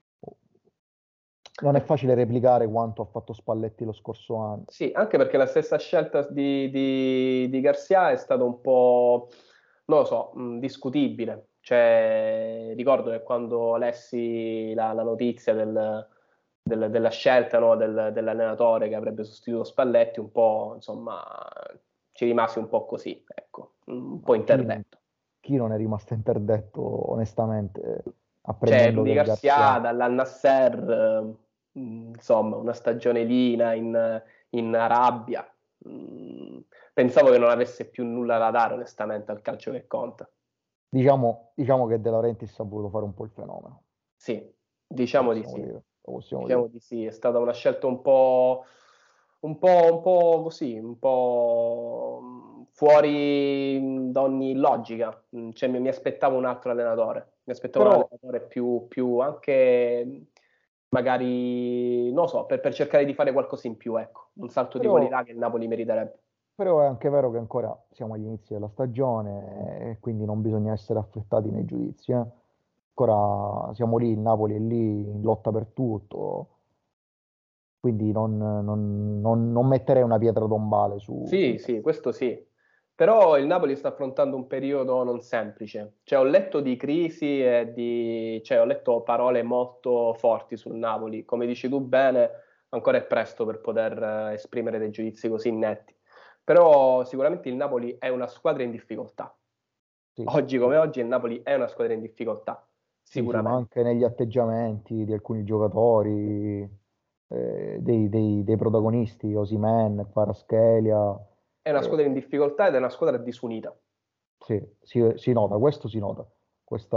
non è facile replicare quanto ha fatto Spalletti lo scorso anno. sì, anche perché la stessa scelta di Garcia è stata un po', non lo so, discutibile. Cioè, ricordo che quando lessi la notizia della scelta, no, dell'allenatore che avrebbe sostituito Spalletti, un po', insomma, ci rimasi un po' così, ecco, un po' Ma interdetto. chi non è rimasto interdetto onestamente, Cioè, apprendendo Rudy che Garcia Garcia... dall'Al-Nassr, insomma, una stagione lina in Arabia. Mm, Pensavo che non avesse più nulla da dare, onestamente, al calcio che conta. Diciamo che De Laurentiis ha voluto fare un po' il fenomeno, Sì, lo diciamo di possiamo sì. dire, lo possiamo Diciamo dire. di sì, è stata una scelta un po' così, un po' fuori da ogni logica. Cioè, mi aspettavo un altro allenatore, mi aspettavo un Però, allenatore più anche magari, non lo so, per cercare di fare qualcosa in più, ecco, un salto di però, qualità che il Napoli meriterebbe. però è anche vero che ancora siamo agli inizi della stagione e quindi non bisogna essere affrettati nei giudizi, eh. Ancora siamo lì, il Napoli è lì in lotta per tutto, quindi non metterei una pietra tombale Sì, sul sì, caso. questo sì. Però il Napoli sta affrontando un periodo non semplice. Cioè, ho letto di crisi cioè, ho letto parole molto forti sul Napoli. Come dici tu bene, ancora è presto per poter esprimere dei giudizi così netti. Però sicuramente il Napoli è una squadra in difficoltà. Sì, Oggi sì. come oggi il Napoli è una squadra in difficoltà, Sì, sì, ma sicuramente. anche negli atteggiamenti di alcuni giocatori, dei protagonisti, Osimhen, Kvaratskhelia, È una squadra in difficoltà ed è una squadra disunita. sì, si nota, questo si nota. Questa,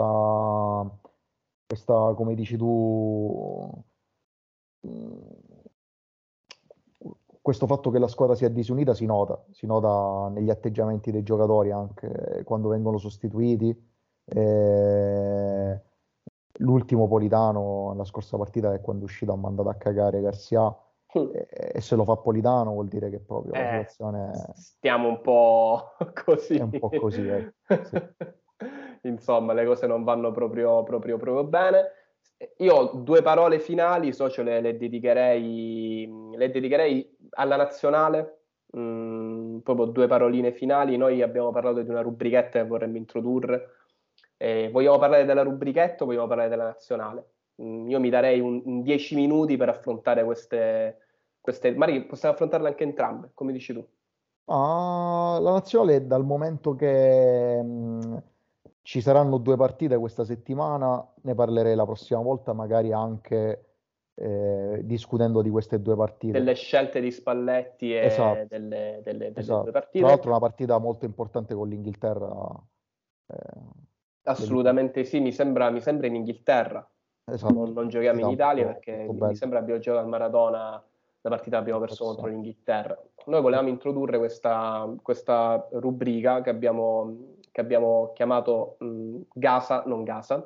come dici tu, mh, questo fatto che la squadra sia disunita si nota negli atteggiamenti dei giocatori anche quando vengono sostituiti. Eh, L'ultimo Politano la scorsa partita è quando è uscito ha mandato a cagare Garcia e se lo fa Politano vuol dire che proprio la situazione Stiamo un po' è così. un po' così, ecco. Sì. Insomma, le cose non vanno proprio bene. Io ho due parole finali, socio, le dedicherei alla nazionale. Proprio due paroline finali. Noi abbiamo parlato di una rubrichetta che vorremmo introdurre. Vogliamo parlare della rubrichetta o vogliamo parlare della nazionale? Io mi darei un 10 minuti per affrontare magari possiamo affrontarle anche entrambe, come dici tu. La nazionale, dal momento che ci saranno due partite questa settimana, ne parlerei la prossima volta, magari anche discutendo di queste due Delle partite. scelte di Spalletti e Esatto, delle due esatto. Tra partite. l'altro una partita molto importante con l'Inghilterra, eh, Assolutamente sì, mi sembra in Inghilterra. Non, esatto, non giochiamo in partita Italia molto, perché molto mi bella, sembra abbiamo giocato al Maradona la partita che abbiamo perso contro interessante. l'Inghilterra. Noi volevamo introdurre questa rubrica che abbiamo chiamato Gaza, non Gaza,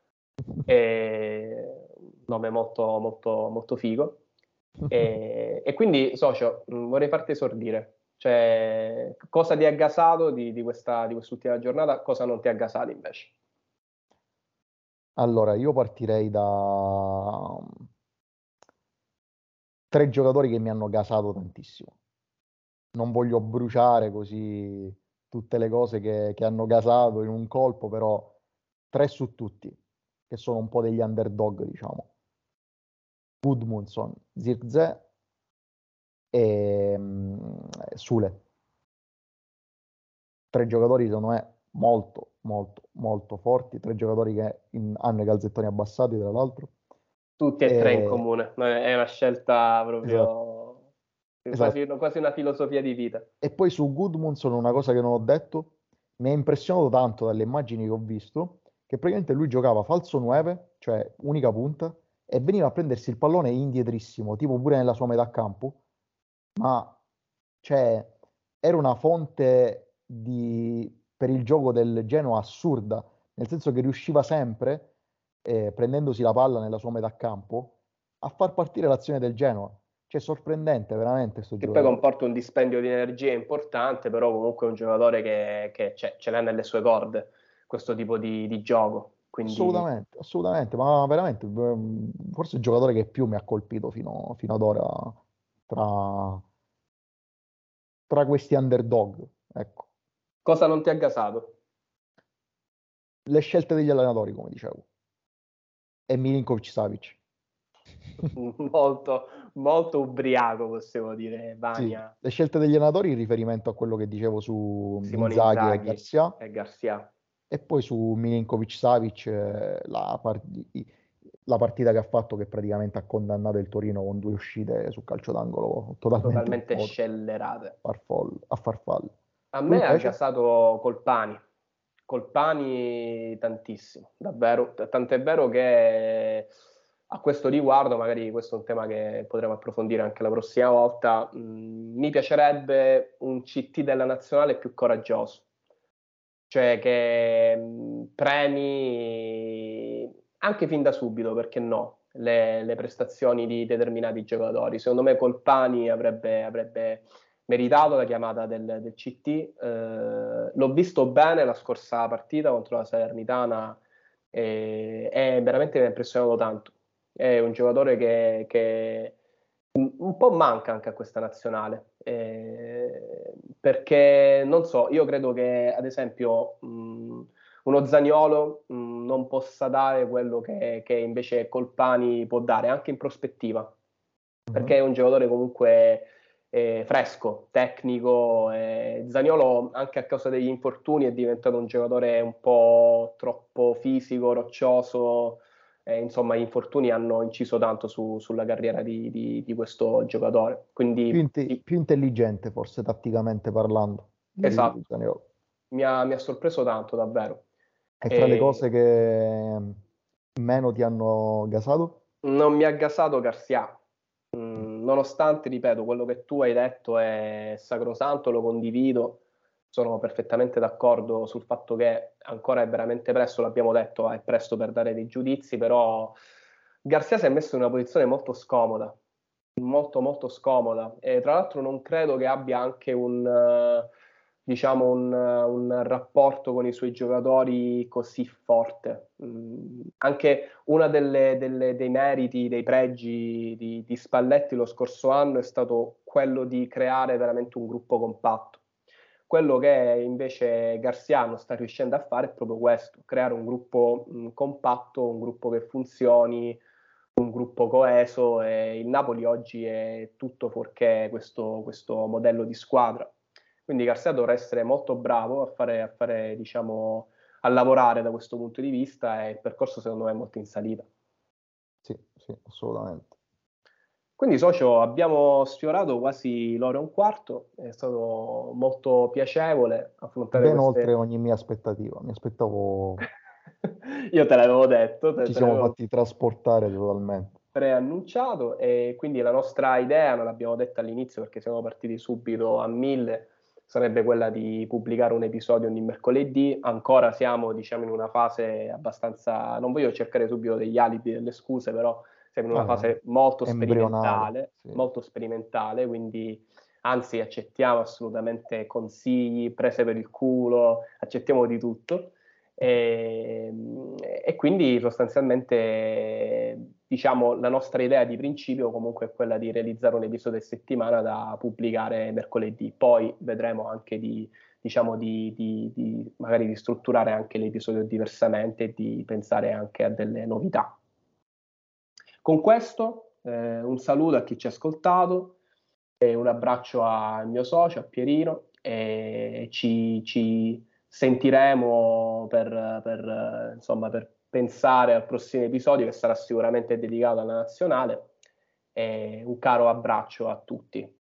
nome molto, molto, molto figo. E quindi, socio, vorrei farti esordire. Cioè, cosa ti ha gasato di quest'ultima giornata, cosa non ti ha gasato invece? Allora, io partirei da tre giocatori che mi hanno gasato tantissimo. Non voglio bruciare così tutte le cose che hanno gasato in un colpo, però tre su tutti, che sono un po' degli underdog, diciamo. Gudmundsson, Zirkzee e Sule. Tre giocatori, secondo me, molto, molto, molto forti. Tre giocatori che hanno i calzettoni abbassati, tra l'altro. Tutti e tre in E- comune, è una scelta esatto, proprio esatto. quasi una filosofia di vita. E poi su Gudmundsson una cosa che non ho detto, mi ha impressionato tanto dalle immagini che ho visto, che praticamente lui giocava falso 9, cioè unica punta, e veniva a prendersi il pallone indietrissimo, tipo pure nella sua metà campo, ma cioè, era una fonte per il gioco del Genoa assurda, nel senso che riusciva sempre, prendendosi la palla nella sua metà campo, a far partire l'azione del Genoa. Cioè, sorprendente veramente questo Che poi giocatore. comporta un dispendio di energia importante, però comunque è un giocatore che ce l'ha nelle sue corde, questo tipo di gioco. Quindi Assolutamente, assolutamente, ma veramente, forse il giocatore che più mi ha colpito fino ad ora tra, tra questi underdog. Ecco, cosa non ti ha gasato? le scelte degli allenatori, come dicevo, e Milinkovic-Savic. Molto, molto ubriaco, possiamo dire, Sì, Vania, le scelte degli allenatori in riferimento a quello che dicevo su Simone Inzaghi e Inzaghi Garcia, e Garcia. e poi su Milinkovic-Savic, la partita che ha fatto, che praticamente ha condannato il Torino con due uscite su calcio d'angolo totalmente a Totalmente vuoto, scellerate. a farfalle. A Tu me ha invece? gasato Colpani tantissimo, davvero, tant'è vero che a questo riguardo, magari questo è un tema che potremo approfondire anche la prossima volta, mi piacerebbe un CT della nazionale più coraggioso, cioè che premi anche fin da subito, perché no, le prestazioni di determinati giocatori. Secondo me Colpani avrebbe meritato la chiamata del CT. L'ho visto bene la scorsa partita contro la Salernitana e veramente mi ha impressionato tanto. È un giocatore che un po' manca anche a questa nazionale, perché non so, io credo che ad esempio uno Zaniolo non possa dare quello che invece Colpani può dare, anche in prospettiva, perché Mhm. è un giocatore comunque fresco, tecnico. Zaniolo, anche a causa degli infortuni, è diventato un giocatore un po' troppo fisico, roccioso. Insomma, gli infortuni hanno inciso tanto sulla carriera di questo giocatore. Quindi, sì, Più intelligente forse tatticamente parlando di esatto, Zaniolo. mi ha sorpreso tanto, davvero. E fra le E cose che meno ti hanno gasato? non mi ha gasato Garcia. Nonostante, ripeto, quello che tu hai detto è sacrosanto, lo condivido, sono perfettamente d'accordo sul fatto che ancora è veramente presto, l'abbiamo detto, è presto per dare dei giudizi, però Garcia si è messo in una posizione molto scomoda, molto molto scomoda, e tra l'altro non credo che abbia anche diciamo un rapporto con i suoi giocatori così forte. Anche uno dei meriti, dei pregi di Spalletti lo scorso anno è stato quello di creare veramente un gruppo compatto. Quello che invece Garcia non sta riuscendo a fare è proprio questo: creare un gruppo compatto, un gruppo che funzioni, un gruppo coeso, e il Napoli oggi è tutto fuorché questo modello di squadra. Quindi Garcia dovrà essere molto bravo diciamo, a lavorare da questo punto di vista, e il percorso secondo me è molto in salita. Sì, sì, assolutamente. Quindi, socio, abbiamo sfiorato quasi l'ora e un quarto, è stato molto piacevole affrontare Ben oltre queste... ogni mia aspettativa. Mi aspettavo, Io te l'avevo detto, ci te siamo l'avevo fatti trasportare totalmente. preannunciato, e quindi la nostra idea, non l'abbiamo detta all'inizio perché siamo partiti subito a 1000, sarebbe quella di pubblicare un episodio ogni mercoledì. Ancora siamo, diciamo, in una fase abbastanza, non voglio cercare subito degli alibi, delle scuse, però siamo in una Ah, fase embrionale, sì. molto sperimentale, quindi anzi accettiamo assolutamente consigli, prese per il culo, accettiamo di tutto. E, e quindi sostanzialmente, diciamo, la nostra idea di principio comunque è quella di realizzare un episodio a settimana da pubblicare mercoledì. Poi vedremo anche diciamo, magari di strutturare anche l'episodio diversamente e di pensare anche a delle novità. Con questo, un saluto a chi ci ha ascoltato e un abbraccio al mio socio, a Pierino, e ci sentiremo insomma, per pensare al prossimo episodio, che sarà sicuramente dedicato alla nazionale. E un caro abbraccio a tutti.